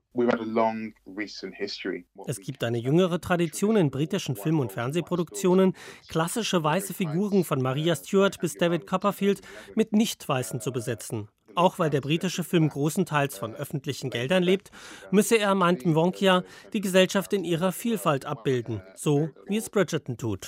Es gibt eine jüngere Tradition in britischen Film- und Fernsehproduktionen, klassische weiße Figuren von Maria Stuart bis David Copperfield mit Nicht-Weißen zu besetzen. Auch weil der britische Film großenteils von öffentlichen Geldern lebt, müsse er, meint Nwonkya, die Gesellschaft in ihrer Vielfalt abbilden, so wie es Bridgerton tut.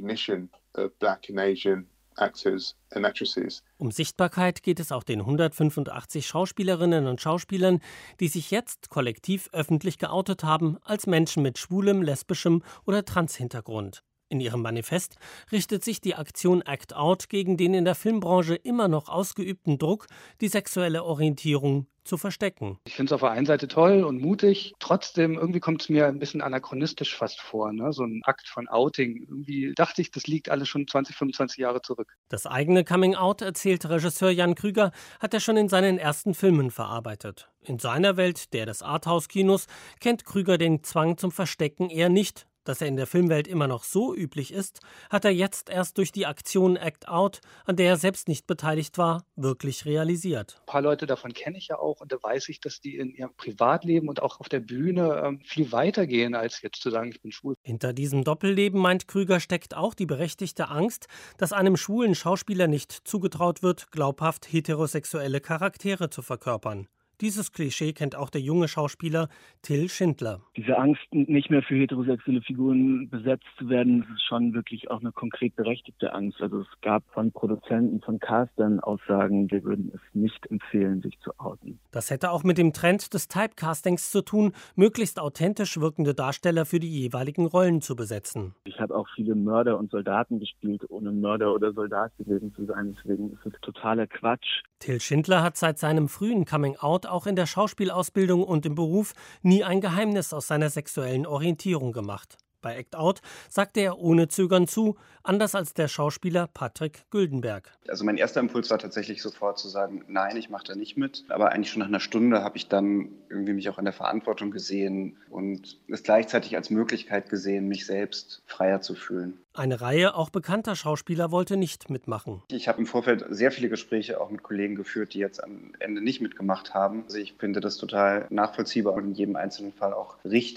Um Sichtbarkeit geht es auch den hundertfünfundachtzig Schauspielerinnen und Schauspielern, die sich jetzt kollektiv öffentlich geoutet haben als Menschen mit schwulem, lesbischem oder Trans-Hintergrund. In ihrem Manifest richtet sich die Aktion Act Out gegen den in der Filmbranche immer noch ausgeübten Druck, die sexuelle Orientierung zu verstecken. Ich finde es auf der einen Seite toll und mutig, trotzdem irgendwie kommt es mir ein bisschen anachronistisch fast vor, ne? So ein Akt von Outing. Irgendwie dachte ich, das liegt alles schon zwanzig, fünfundzwanzig Jahre zurück. Das eigene Coming-out, erzählt Regisseur Jan Krüger, hat er schon in seinen ersten Filmen verarbeitet. In seiner Welt, der des Arthouse-Kinos, kennt Krüger den Zwang zum Verstecken eher nicht. Dass er in der Filmwelt immer noch so üblich ist, hat er jetzt erst durch die Aktion Act Out, an der er selbst nicht beteiligt war, wirklich realisiert. Ein paar Leute davon kenne ich ja auch und da weiß ich, dass die in ihrem Privatleben und auch auf der Bühne ähm, viel weiter gehen, als jetzt zu sagen, ich bin schwul. Hinter diesem Doppelleben, meint Krüger, steckt auch die berechtigte Angst, dass einem schwulen Schauspieler nicht zugetraut wird, glaubhaft heterosexuelle Charaktere zu verkörpern. Dieses Klischee kennt auch der junge Schauspieler Till Schindler. Diese Angst, nicht mehr für heterosexuelle Figuren besetzt zu werden, ist schon wirklich auch eine konkret berechtigte Angst. Also es gab von Produzenten, von Castern Aussagen, wir würden es nicht empfehlen, sich zu outen. Das hätte auch mit dem Trend des Typecastings zu tun, möglichst authentisch wirkende Darsteller für die jeweiligen Rollen zu besetzen. Ich habe auch viele Mörder und Soldaten gespielt, ohne Mörder oder Soldat gewesen zu sein. Deswegen ist es totaler Quatsch. Till Schindler hat seit seinem frühen Coming-out auch in der Schauspielausbildung und im Beruf nie ein Geheimnis aus seiner sexuellen Orientierung gemacht. Bei Act Out sagte er ohne Zögern zu, anders als der Schauspieler Patrick Güldenberg. Also mein erster Impuls war tatsächlich sofort zu sagen, nein, ich mache da nicht mit. Aber eigentlich schon nach einer Stunde habe ich dann irgendwie mich auch in der Verantwortung gesehen und es gleichzeitig als Möglichkeit gesehen, mich selbst freier zu fühlen. Eine Reihe auch bekannter Schauspieler wollte nicht mitmachen. Ich habe im Vorfeld sehr viele Gespräche auch mit Kollegen geführt, die jetzt am Ende nicht mitgemacht haben. Also ich finde das total nachvollziehbar und in jedem einzelnen Fall auch richtig.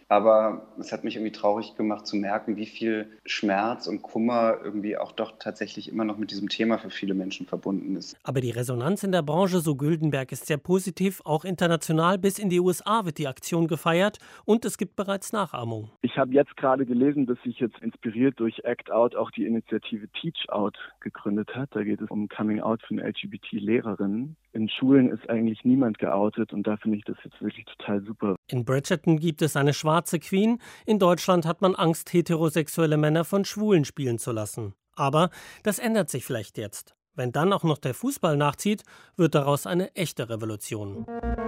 Aber es hat mich irgendwie traurig gemacht zu merken, wie viel Schmerz und Kummer irgendwie auch doch tatsächlich immer noch mit diesem Thema für viele Menschen verbunden ist. Aber die Resonanz in der Branche, so Güldenberg, ist sehr positiv. Auch international bis in die U S A wird die Aktion gefeiert und es gibt bereits Nachahmung. Ich habe jetzt gerade gelesen, dass sich jetzt inspiriert durch Act Out auch die Initiative Teach Out gegründet hat. Da geht es um Coming Out von L G B T-Lehrerinnen. In Schulen ist eigentlich niemand geoutet und da finde ich das jetzt wirklich total super. In Bridgerton gibt es eine schwarze Queen. In Deutschland hat man Angst, heterosexuelle Männer von Schwulen spielen zu lassen. Aber das ändert sich vielleicht jetzt. Wenn dann auch noch der Fußball nachzieht, wird daraus eine echte Revolution.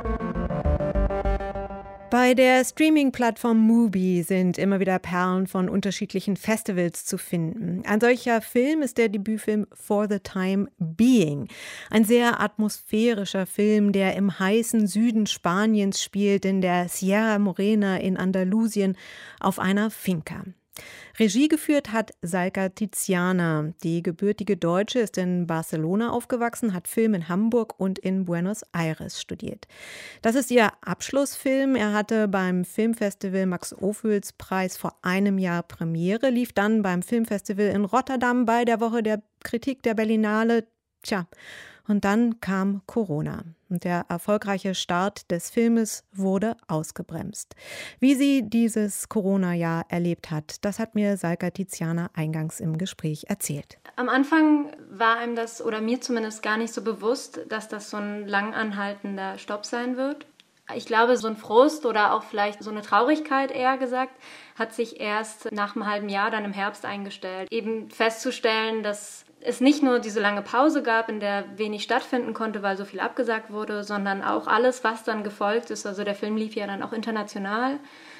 Bei der Streaming-Plattform Mubi sind immer wieder Perlen von unterschiedlichen Festivals zu finden. Ein solcher Film ist der Debütfilm For the Time Being. Ein sehr atmosphärischer Film, der im heißen Süden Spaniens spielt, in der Sierra Morena in Andalusien auf einer Finca. Regie geführt hat Salka Tiziana. Die gebürtige Deutsche ist in Barcelona aufgewachsen, hat Film in Hamburg und in Buenos Aires studiert. Das ist ihr Abschlussfilm. Er hatte beim Filmfestival Max-Ophüls-Preis vor einem Jahr Premiere, lief dann beim Filmfestival in Rotterdam bei der Woche der Kritik der Berlinale. Tja, und dann kam Corona. Und der erfolgreiche Start des Filmes wurde ausgebremst. Wie sie dieses Corona-Jahr erlebt hat, das hat mir Salka Tiziana eingangs im Gespräch erzählt. Am Anfang war einem das, oder mir zumindest, gar nicht so bewusst, dass das so ein lang anhaltender Stopp sein wird. Ich glaube, so ein Frust oder auch vielleicht so eine Traurigkeit, eher gesagt, hat sich erst nach einem halben Jahr, dann im Herbst eingestellt. Eben festzustellen, dass es nicht nur diese lange Pause gab, in der wenig stattfinden konnte, weil so viel abgesagt wurde, sondern auch alles, was dann gefolgt ist. Also der Film lief ja dann auch international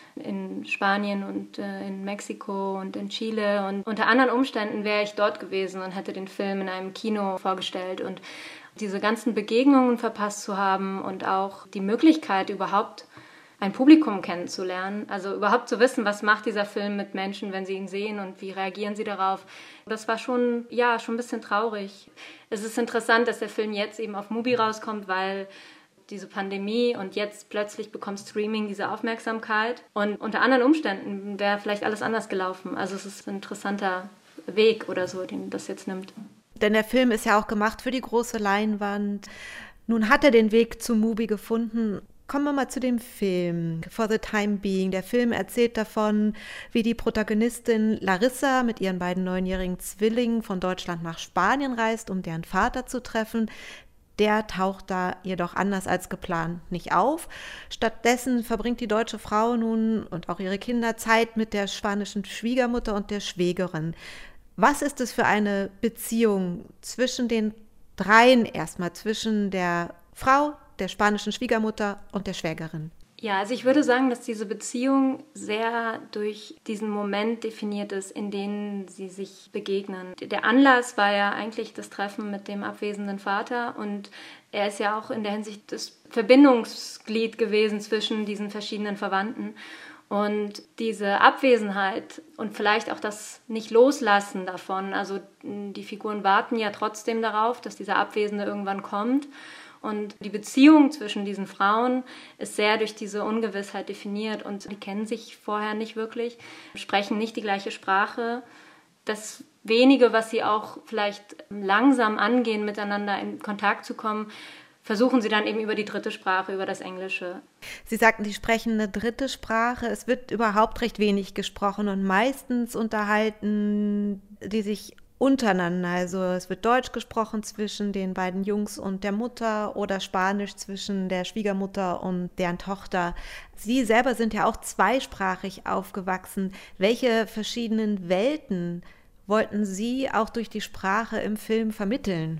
in Spanien und äh, in Mexiko und in Chile. Und unter anderen Umständen wäre ich dort gewesen und hätte den Film in einem Kino vorgestellt. Und diese ganzen Begegnungen verpasst zu haben und auch die Möglichkeit überhaupt ein Publikum kennenzulernen, also überhaupt zu wissen, was macht dieser Film mit Menschen, wenn sie ihn sehen und wie reagieren sie darauf. Das war schon, ja, schon ein bisschen traurig. Es ist interessant, dass der Film jetzt eben auf Mubi rauskommt, weil diese Pandemie und jetzt plötzlich bekommt Streaming diese Aufmerksamkeit und unter anderen Umständen wäre vielleicht alles anders gelaufen. Also es ist ein interessanter Weg oder so, den das jetzt nimmt. Denn der Film ist ja auch gemacht für die große Leinwand. Nun hat er den Weg zu Mubi gefunden. Kommen wir mal zu dem Film, For the Time Being. Der Film erzählt davon, wie die Protagonistin Larissa mit ihren beiden neunjährigen Zwillingen von Deutschland nach Spanien reist, um deren Vater zu treffen. Der taucht da jedoch anders als geplant nicht auf. Stattdessen verbringt die deutsche Frau nun und auch ihre Kinder Zeit mit der spanischen Schwiegermutter und der Schwägerin. Was ist es für eine Beziehung zwischen den dreien erstmal, zwischen der Frau, der spanischen Schwiegermutter und der Schwägerin? Ja, also ich würde sagen, dass diese Beziehung sehr durch diesen Moment definiert ist, in dem sie sich begegnen. Der Anlass war ja eigentlich das Treffen mit dem abwesenden Vater und er ist ja auch in der Hinsicht das Verbindungsglied gewesen zwischen diesen verschiedenen Verwandten. Und diese Abwesenheit und vielleicht auch das Nicht-Loslassen davon, also die Figuren warten ja trotzdem darauf, dass dieser Abwesende irgendwann kommt. Und die Beziehung zwischen diesen Frauen ist sehr durch diese Ungewissheit definiert und die kennen sich vorher nicht wirklich, sprechen nicht die gleiche Sprache. Das wenige, was sie auch vielleicht langsam angehen, miteinander in Kontakt zu kommen, versuchen sie dann eben über die dritte Sprache, über das Englische. Sie sagten, Sie sprechen eine dritte Sprache. Es wird überhaupt recht wenig gesprochen und meistens unterhalten die sich untereinander. Also es wird Deutsch gesprochen zwischen den beiden Jungs und der Mutter oder Spanisch zwischen der Schwiegermutter und deren Tochter. Sie selber sind ja auch zweisprachig aufgewachsen. Welche verschiedenen Welten wollten Sie auch durch die Sprache im Film vermitteln?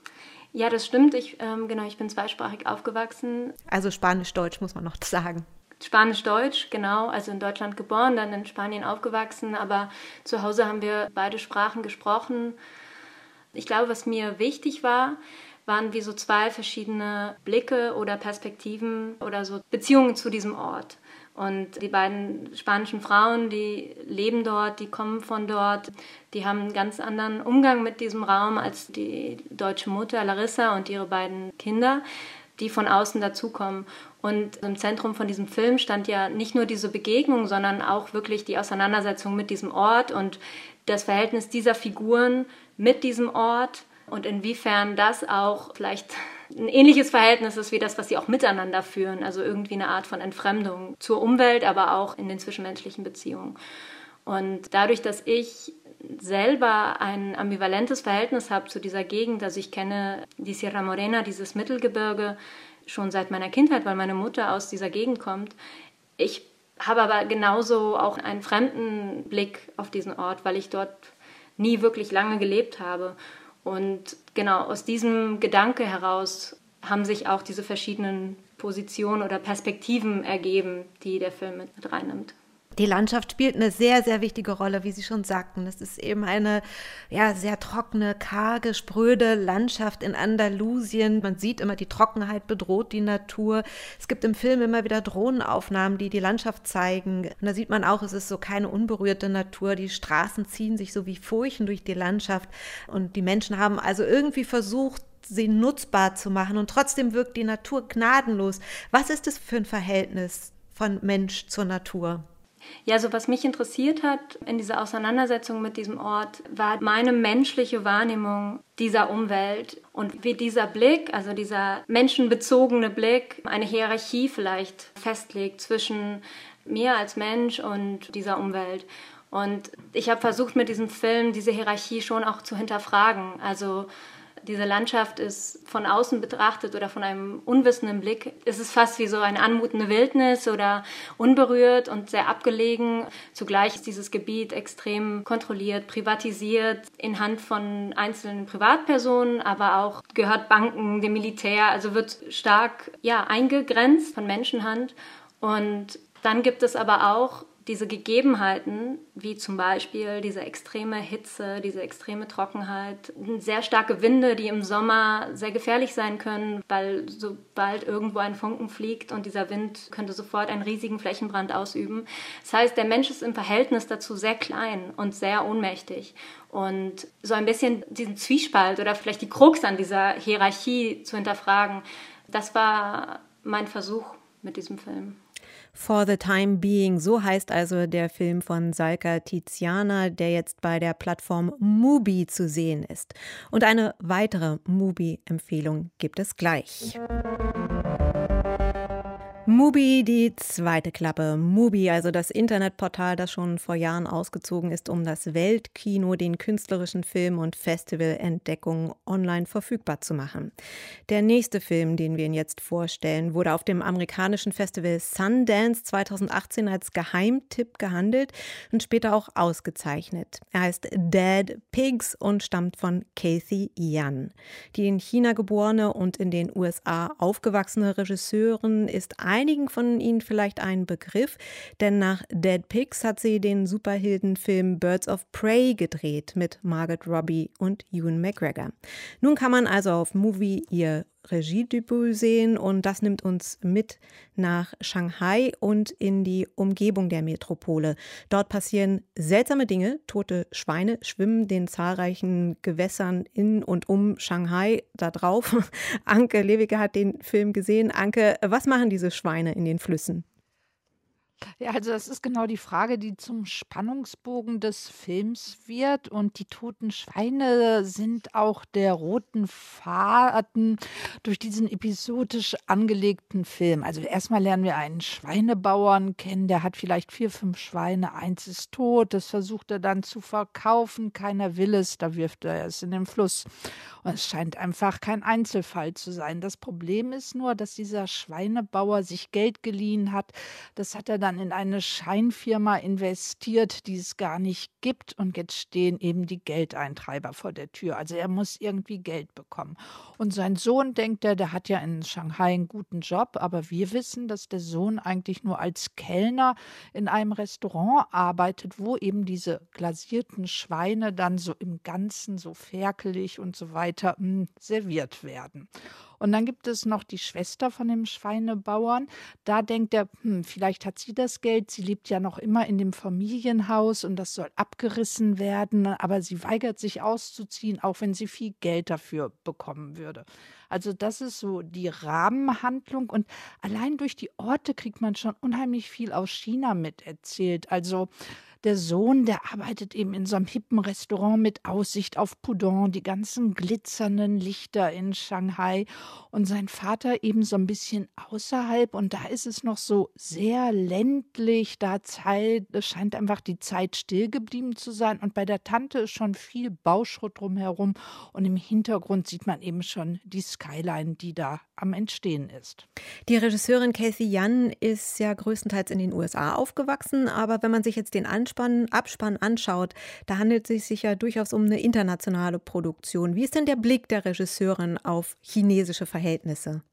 Ja, das stimmt. Ich, ähm, genau, ich bin zweisprachig aufgewachsen. Also Spanisch-Deutsch muss man noch sagen. Spanisch-Deutsch, genau, also in Deutschland geboren, dann in Spanien aufgewachsen, aber zu Hause haben wir beide Sprachen gesprochen. Ich glaube, was mir wichtig war, waren wie so zwei verschiedene Blicke oder Perspektiven oder so Beziehungen zu diesem Ort. Und die beiden spanischen Frauen, die leben dort, die kommen von dort, die haben einen ganz anderen Umgang mit diesem Raum als die deutsche Mutter Larissa und ihre beiden Kinder. die von außen dazukommen. Und im Zentrum von diesem Film stand ja nicht nur diese Begegnung, sondern auch wirklich die Auseinandersetzung mit diesem Ort und das Verhältnis dieser Figuren mit diesem Ort und inwiefern das auch vielleicht ein ähnliches Verhältnis ist wie das, was sie auch miteinander führen. Also irgendwie eine Art von Entfremdung zur Umwelt, aber auch in den zwischenmenschlichen Beziehungen. Und dadurch, dass ich selber ein ambivalentes Verhältnis habe zu dieser Gegend, also ich kenne die Sierra Morena, dieses Mittelgebirge, schon seit meiner Kindheit, weil meine Mutter aus dieser Gegend kommt. Ich habe aber genauso auch einen fremden Blick auf diesen Ort, weil ich dort nie wirklich lange gelebt habe. Und genau aus diesem Gedanke heraus haben sich auch diese verschiedenen Positionen oder Perspektiven ergeben, die der Film mit reinnimmt. Die Landschaft spielt eine sehr, sehr wichtige Rolle, wie Sie schon sagten. Es ist eben eine ja, sehr trockene, karge, spröde Landschaft in Andalusien. Man sieht immer, die Trockenheit bedroht die Natur. Es gibt im Film immer wieder Drohnenaufnahmen, die die Landschaft zeigen. Und da sieht man auch, es ist so keine unberührte Natur. Die Straßen ziehen sich so wie Furchen durch die Landschaft. Und die Menschen haben also irgendwie versucht, sie nutzbar zu machen. Und trotzdem wirkt die Natur gnadenlos. Was ist das für ein Verhältnis von Mensch zur Natur? Ja, so was mich interessiert hat in dieser Auseinandersetzung mit diesem Ort, war meine menschliche Wahrnehmung dieser Umwelt und wie dieser Blick, also dieser menschenbezogene Blick, eine Hierarchie vielleicht festlegt zwischen mir als Mensch und dieser Umwelt. Und ich habe versucht, mit diesem Film diese Hierarchie schon auch zu hinterfragen. Also diese Landschaft ist von außen betrachtet oder von einem unwissenden Blick, ist es fast wie so eine anmutende Wildnis oder unberührt und sehr abgelegen. Zugleich ist dieses Gebiet extrem kontrolliert, privatisiert in Hand von einzelnen Privatpersonen, aber auch gehört Banken, dem Militär, also wird stark ja, eingegrenzt von Menschenhand. Und dann gibt es aber auch diese Gegebenheiten, wie zum Beispiel diese extreme Hitze, diese extreme Trockenheit, sehr starke Winde, die im Sommer sehr gefährlich sein können, weil sobald irgendwo ein Funken fliegt und dieser Wind könnte sofort einen riesigen Flächenbrand ausüben. Das heißt, der Mensch ist im Verhältnis dazu sehr klein und sehr ohnmächtig. Und so ein bisschen diesen Zwiespalt oder vielleicht die Krux an dieser Hierarchie zu hinterfragen, das war mein Versuch mit diesem Film. For the Time Being, so heißt also der Film von Salka Tiziana, der jetzt bei der Plattform Mubi zu sehen ist. Und eine weitere Mubi-Empfehlung gibt es gleich. Mubi, die zweite Klappe. Mubi, also das Internetportal, das schon vor Jahren ausgezogen ist, um das Weltkino, den künstlerischen Film und Festivalentdeckungen online verfügbar zu machen. Der nächste Film, den wir Ihnen jetzt vorstellen, wurde auf dem amerikanischen Festival Sundance zweitausendachtzehn als Geheimtipp gehandelt und später auch ausgezeichnet. Er heißt Dead Pigs und stammt von Kathy Yan. Die in China geborene und in den U S A aufgewachsene Regisseurin ist einigen von Ihnen vielleicht ein Begriff, denn nach Dead Pigs hat sie den Superheldenfilm Birds of Prey gedreht mit Margot Robbie und Ewan McGregor. Nun kann man also auf Mubi ihr Regiedebüt sehen und das nimmt uns mit nach Shanghai und in die Umgebung der Metropole. Dort passieren seltsame Dinge. Tote Schweine schwimmen den zahlreichen Gewässern in und um Shanghai da drauf. Anke Lewicke hat den Film gesehen. Anke, was machen diese Schweine in den Flüssen? Ja, also das ist genau die Frage, die zum Spannungsbogen des Films wird. Und die toten Schweine sind auch der roten Faden durch diesen episodisch angelegten Film. Also erstmal lernen wir einen Schweinebauern kennen, der hat vielleicht vier, fünf Schweine, eins ist tot, das versucht er dann zu verkaufen, keiner will es, da wirft er es in den Fluss. Und es scheint einfach kein Einzelfall zu sein. Das Problem ist nur, dass dieser Schweinebauer sich Geld geliehen hat. Das hat er dann in eine Scheinfirma investiert, die es gar nicht gibt. Und jetzt stehen eben die Geldeintreiber vor der Tür. Also er muss irgendwie Geld bekommen. Und sein Sohn denkt er, der hat ja in Shanghai einen guten Job. Aber wir wissen, dass der Sohn eigentlich nur als Kellner in einem Restaurant arbeitet, wo eben diese glasierten Schweine dann so im Ganzen so ferkelig und so weiter mh, serviert werden. Und dann gibt es noch die Schwester von dem Schweinebauern. Da denkt er, hm, vielleicht hat sie das Geld. Sie lebt ja noch immer in dem Familienhaus und das soll abgerissen werden. Aber sie weigert sich auszuziehen, auch wenn sie viel Geld dafür bekommen würde. Also das ist so die Rahmenhandlung. Und allein durch die Orte kriegt man schon unheimlich viel aus China miterzählt. Also der Sohn, der arbeitet eben in so einem hippen Restaurant mit Aussicht auf Pudong, die ganzen glitzernden Lichter in Shanghai. Und sein Vater eben so ein bisschen außerhalb. Und da ist es noch so sehr ländlich. Da Zeit, es scheint einfach die Zeit still geblieben zu sein. Und bei der Tante ist schon viel Bauschrott drumherum. Und im Hintergrund sieht man eben schon die Skyline, die da am Entstehen ist. Die Regisseurin Cathy Yan ist ja größtenteils in den U S A aufgewachsen. Aber wenn man sich jetzt den Anspann Abspann anschaut, da handelt es sich ja durchaus um eine internationale Produktion. Wie ist denn der Blick der Regisseurin auf chinesische Verhältnisse?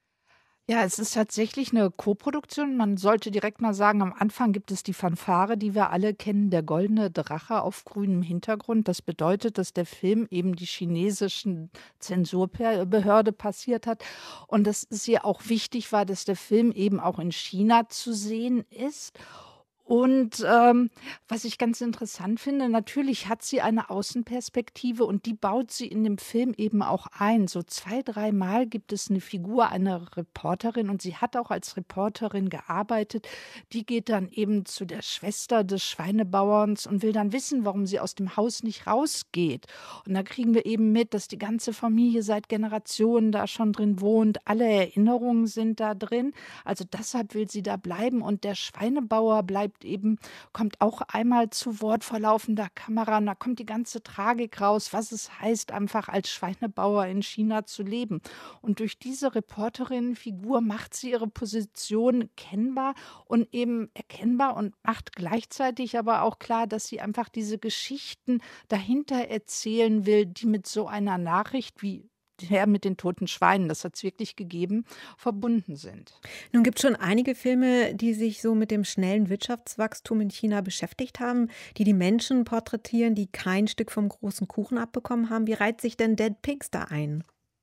Ja, es ist tatsächlich eine Koproduktion. Man sollte direkt mal sagen, am Anfang gibt es die Fanfare, die wir alle kennen, der goldene Drache auf grünem Hintergrund. Das bedeutet, dass der Film eben die chinesischen Zensurbehörde passiert hat und dass es ihr auch wichtig war, dass der Film eben auch in China zu sehen ist. Und ähm, was ich ganz interessant finde, natürlich hat sie eine Außenperspektive und die baut sie in dem Film eben auch ein. So zwei, dreimal gibt es eine Figur, eine Reporterin und sie hat auch als Reporterin gearbeitet. Die geht dann eben zu der Schwester des Schweinebauerns und will dann wissen, warum sie aus dem Haus nicht rausgeht. Und da kriegen wir eben mit, dass die ganze Familie seit Generationen da schon drin wohnt. Alle Erinnerungen sind da drin. Also deshalb will sie da bleiben und der Schweinebauer bleibt eben, kommt auch einmal zu Wort vor laufender Kamera und da kommt die ganze Tragik raus, was es heißt, einfach als Schweinebauer in China zu leben. Und durch diese Reporterinnenfigur macht sie ihre Position kennbar und eben erkennbar und macht gleichzeitig aber auch klar, dass sie einfach diese Geschichten dahinter erzählen will, die mit so einer Nachricht wie der mit den toten Schweinen, das hat es wirklich gegeben, verbunden sind. Nun gibt es schon einige Filme, die sich so mit dem schnellen Wirtschaftswachstum in China beschäftigt haben, die die Menschen porträtieren, die kein Stück vom großen Kuchen abbekommen haben. Wie reiht sich denn Dead Pigs da ein?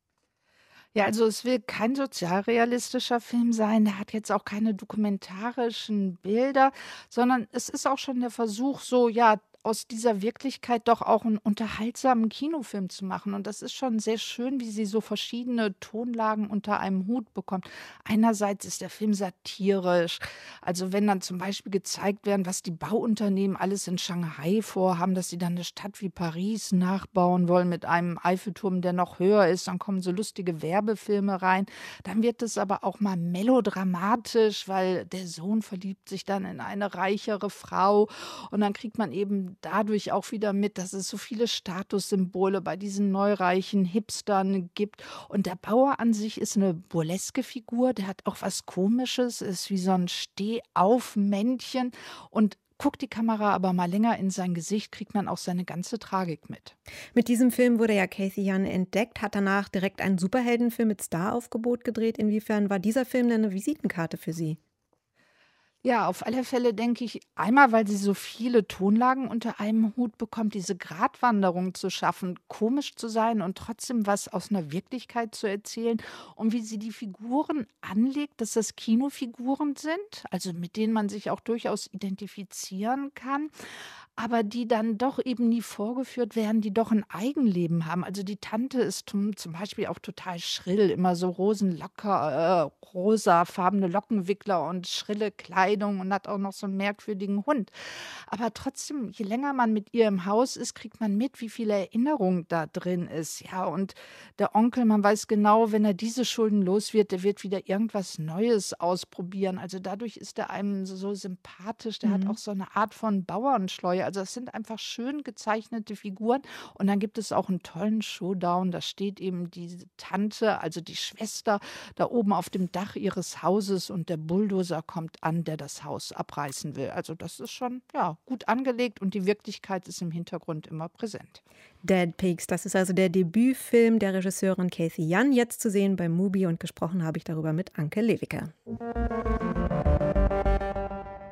Ja, also es will kein sozialrealistischer Film sein, der hat jetzt auch keine dokumentarischen Bilder, sondern es ist auch schon der Versuch, so, ja, aus dieser Wirklichkeit doch auch einen unterhaltsamen Kinofilm zu machen. Und das ist schon sehr schön, wie sie so verschiedene Tonlagen unter einem Hut bekommt. Einerseits ist der Film satirisch. Also wenn dann zum Beispiel gezeigt werden, was die Bauunternehmen alles in Shanghai vorhaben, dass sie dann eine Stadt wie Paris nachbauen wollen mit einem Eiffelturm, der noch höher ist, dann kommen so lustige Werbefilme rein. Dann wird es aber auch mal melodramatisch, weil der Sohn verliebt sich dann in eine reichere Frau und dann kriegt man eben dadurch auch wieder mit, dass es so viele Statussymbole bei diesen neureichen Hipstern gibt. Und der Bauer an sich ist eine burleske Figur, der hat auch was Komisches, ist wie so ein Steh-auf-Männchen und guckt die Kamera aber mal länger in sein Gesicht, kriegt man auch seine ganze Tragik mit. Mit diesem Film wurde ja Cathy Yan entdeckt, hat danach direkt einen Superheldenfilm mit Staraufgebot gedreht. Inwiefern war dieser Film denn eine Visitenkarte für Sie? Ja, auf alle Fälle denke ich, einmal, weil sie so viele Tonlagen unter einem Hut bekommt, diese Gratwanderung zu schaffen, komisch zu sein und trotzdem was aus einer Wirklichkeit zu erzählen und wie sie die Figuren anlegt, dass das Kinofiguren sind, also mit denen man sich auch durchaus identifizieren kann, aber die dann doch eben nie vorgeführt werden, die doch ein Eigenleben haben. Also die Tante ist zum, zum Beispiel auch total schrill, immer so rosenlocker, äh, rosafarbene Lockenwickler und schrille Kleidung und hat auch noch so einen merkwürdigen Hund. Aber trotzdem, je länger man mit ihr im Haus ist, kriegt man mit, wie viel Erinnerung da drin ist. Ja, und der Onkel, man weiß genau, wenn er diese Schulden los wird, der wird wieder irgendwas Neues ausprobieren. Also dadurch ist er einem so, so sympathisch. Der mhm. hat auch so eine Art von Bauernschleue. Also es sind einfach schön gezeichnete Figuren und dann gibt es auch einen tollen Showdown. Da steht eben die Tante, also die Schwester, da oben auf dem Dach ihres Hauses und der Bulldozer kommt an, der das Haus abreißen will. Also das ist schon ja, gut angelegt und die Wirklichkeit ist im Hintergrund immer präsent. Dead Pigs, das ist also der Debütfilm der Regisseurin Cathy Yan, jetzt zu sehen bei Mubi und gesprochen habe ich darüber mit Anke Lewicke.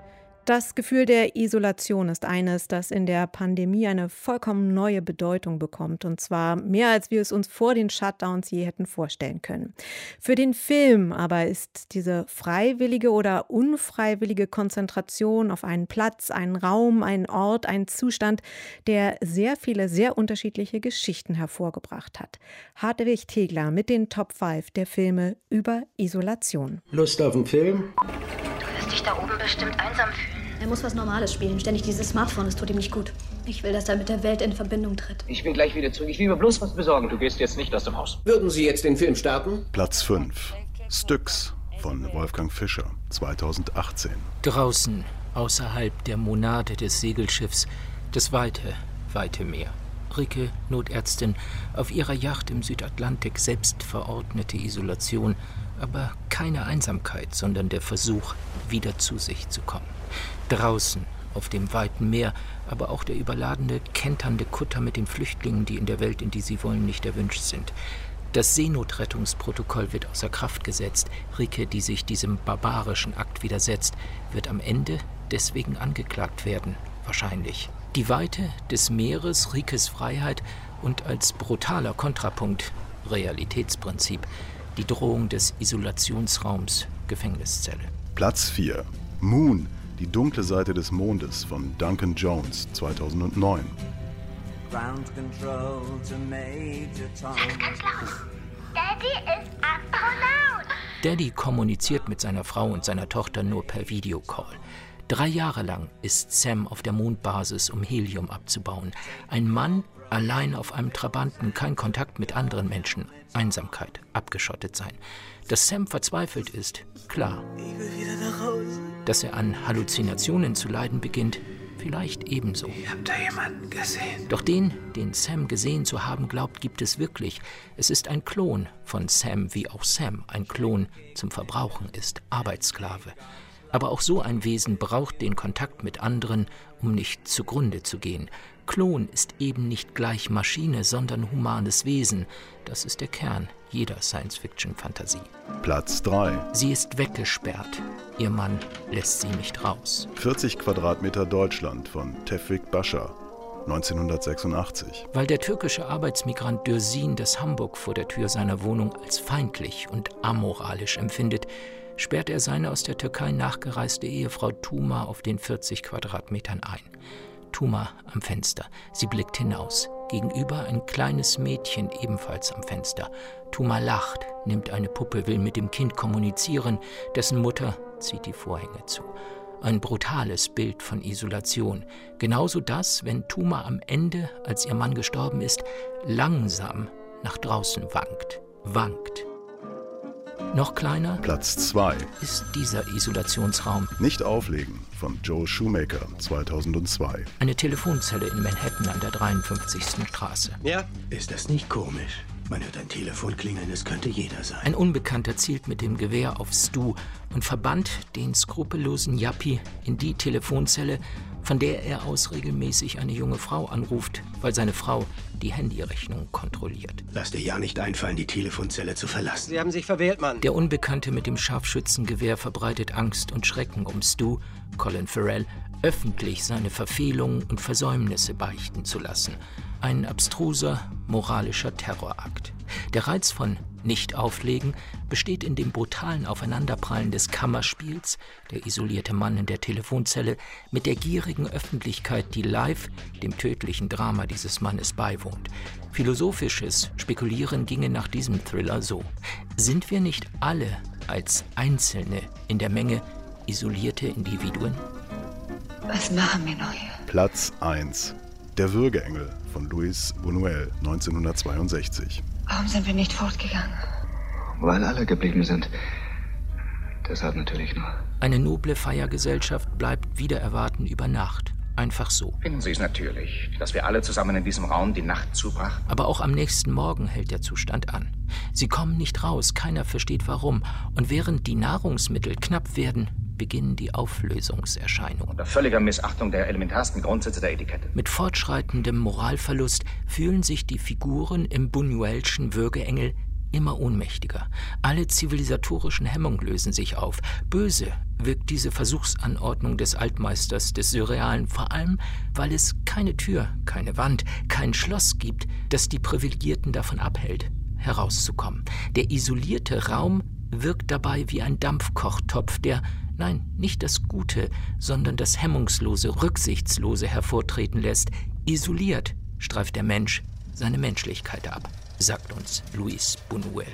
Das Gefühl der Isolation ist eines, das in der Pandemie eine vollkommen neue Bedeutung bekommt. Und zwar mehr, als wir es uns vor den Shutdowns je hätten vorstellen können. Für den Film aber ist diese freiwillige oder unfreiwillige Konzentration auf einen Platz, einen Raum, einen Ort, einen Zustand, der sehr viele, sehr unterschiedliche Geschichten hervorgebracht hat. Hartwig Tegler mit den Top fünf der Filme über Isolation. Lust auf einen Film? Du wirst dich da oben bestimmt einsam fühlen. Er muss was Normales spielen. Ständig dieses Smartphone, das tut ihm nicht gut. Ich will, dass er mit der Welt in Verbindung tritt. Ich bin gleich wieder zurück. Ich will mir bloß was besorgen. Du gehst jetzt nicht aus dem Haus. Würden Sie jetzt den Film starten? Platz fünf. Styx von Wolfgang Fischer, zweitausendachtzehn. Draußen, außerhalb der Monade des Segelschiffs, das weite, weite Meer. Rike, Notärztin, auf ihrer Yacht im Südatlantik selbstverordnete Isolation, aber keine Einsamkeit, sondern der Versuch, wieder zu sich zu kommen. Draußen, auf dem weiten Meer, aber auch der überladene, kenternde Kutter mit den Flüchtlingen, die in der Welt, in die sie wollen, nicht erwünscht sind. Das Seenotrettungsprotokoll wird außer Kraft gesetzt. Rike, die sich diesem barbarischen Akt widersetzt, wird am Ende deswegen angeklagt werden, wahrscheinlich. Die Weite des Meeres, Rikes Freiheit und als brutaler Kontrapunkt, Realitätsprinzip, die Drohung des Isolationsraums, Gefängniszelle. Platz vier. Moon, die dunkle Seite des Mondes von Duncan Jones, zweitausendneun. Ground control to Major Tom. Daddy ist Astronaut. Daddy kommuniziert mit seiner Frau und seiner Tochter nur per Videocall. Drei Jahre lang ist Sam auf der Mondbasis, um Helium abzubauen. Ein Mann allein auf einem Trabanten, kein Kontakt mit anderen Menschen, Einsamkeit, abgeschottet sein. Dass Sam verzweifelt ist, klar. Ich will wieder nach Hause. Dass er an Halluzinationen zu leiden beginnt, vielleicht ebenso. Ich hab da jemanden gesehen. Doch den, den Sam gesehen zu haben glaubt, gibt es wirklich. Es ist ein Klon von Sam, wie auch Sam ein Klon zum Verbrauchen ist, Arbeitssklave. Aber auch so ein Wesen braucht den Kontakt mit anderen, um nicht zugrunde zu gehen. Klon ist eben nicht gleich Maschine, sondern humanes Wesen. Das ist der Kern jeder Science-Fiction-Fantasie. Platz drei. Sie ist weggesperrt. Ihr Mann lässt sie nicht raus. vierzig Quadratmeter Deutschland von Tevfik Başar, neunzehnhundertsechsundachtzig. Weil der türkische Arbeitsmigrant Dürsin das Hamburg vor der Tür seiner Wohnung als feindlich und amoralisch empfindet, sperrt er seine aus der Türkei nachgereiste Ehefrau Tuma auf den vierzig Quadratmetern ein. Tuma am Fenster. Sie blickt hinaus. Gegenüber ein kleines Mädchen ebenfalls am Fenster. Tuma lacht, nimmt eine Puppe, will mit dem Kind kommunizieren. Dessen Mutter zieht die Vorhänge zu. Ein brutales Bild von Isolation. Genauso das, wenn Tuma am Ende, als ihr Mann gestorben ist, langsam nach draußen wankt. Wankt. Noch kleiner Platz zwei ist dieser Isolationsraum. Nicht auflegen von Joe Shoemaker, zweitausendzwei. Eine Telefonzelle in Manhattan an der dreiundfünfzigsten Straße. Ja? Ist das nicht komisch? Man hört ein Telefon klingeln, es könnte jeder sein. Ein Unbekannter zielt mit dem Gewehr auf Stu und verbannt den skrupellosen Yuppie in die Telefonzelle, von der er aus regelmäßig eine junge Frau anruft, weil seine Frau die Handyrechnung kontrolliert. Lass dir ja nicht einfallen, die Telefonzelle zu verlassen. Sie haben sich verwählt, Mann. Der Unbekannte mit dem Scharfschützengewehr verbreitet Angst und Schrecken, um Stu, Colin Farrell, öffentlich seine Verfehlungen und Versäumnisse beichten zu lassen. Ein abstruser, moralischer Terrorakt. Der Reiz von Nicht-Auflegen besteht in dem brutalen Aufeinanderprallen des Kammerspiels, der isolierte Mann in der Telefonzelle, mit der gierigen Öffentlichkeit, die live dem tödlichen Drama dieses Mannes beiwohnt. Philosophisches Spekulieren ginge nach diesem Thriller so: Sind wir nicht alle als Einzelne in der Menge isolierte Individuen? Was machen wir noch hier? Platz eins. Der Würgeengel von Luis Buñuel, neunzehnhundertzweiundsechzig. Warum sind wir nicht fortgegangen? Weil alle geblieben sind. Deshalb natürlich nur. Eine noble Feiergesellschaft bleibt wider Erwarten über Nacht. Einfach so. Finden Sie es natürlich, dass wir alle zusammen in diesem Raum die Nacht zubrachten? Aber auch am nächsten Morgen hält der Zustand an. Sie kommen nicht raus, keiner versteht warum. Und während die Nahrungsmittel knapp werden, beginnen die Auflösungserscheinungen. Unter völliger Missachtung der elementarsten Grundsätze der Etikette. Mit fortschreitendem Moralverlust fühlen sich die Figuren im Buñuelschen Würgeengel immer ohnmächtiger. Alle zivilisatorischen Hemmungen lösen sich auf. Böse wirkt diese Versuchsanordnung des Altmeisters des Surrealen, vor allem, weil es keine Tür, keine Wand, kein Schloss gibt, das die Privilegierten davon abhält, herauszukommen. Der isolierte Raum wirkt dabei wie ein Dampfkochtopf, der, nein, nicht das Gute, sondern das Hemmungslose, Rücksichtslose hervortreten lässt. Isoliert streift der Mensch seine Menschlichkeit ab, sagt uns Luis Buñuel.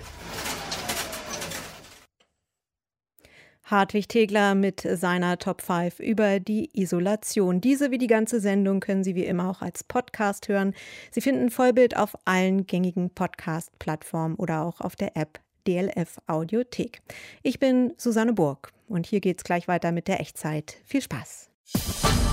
Hartwig Tegler mit seiner Top fünf über die Isolation. Diese wie die ganze Sendung können Sie wie immer auch als Podcast hören. Sie finden Vollbild auf allen gängigen Podcast-Plattformen oder auch auf der App D L F Audiothek. Ich bin Susanne Burg und hier geht's gleich weiter mit der Echtzeit. Viel Spaß!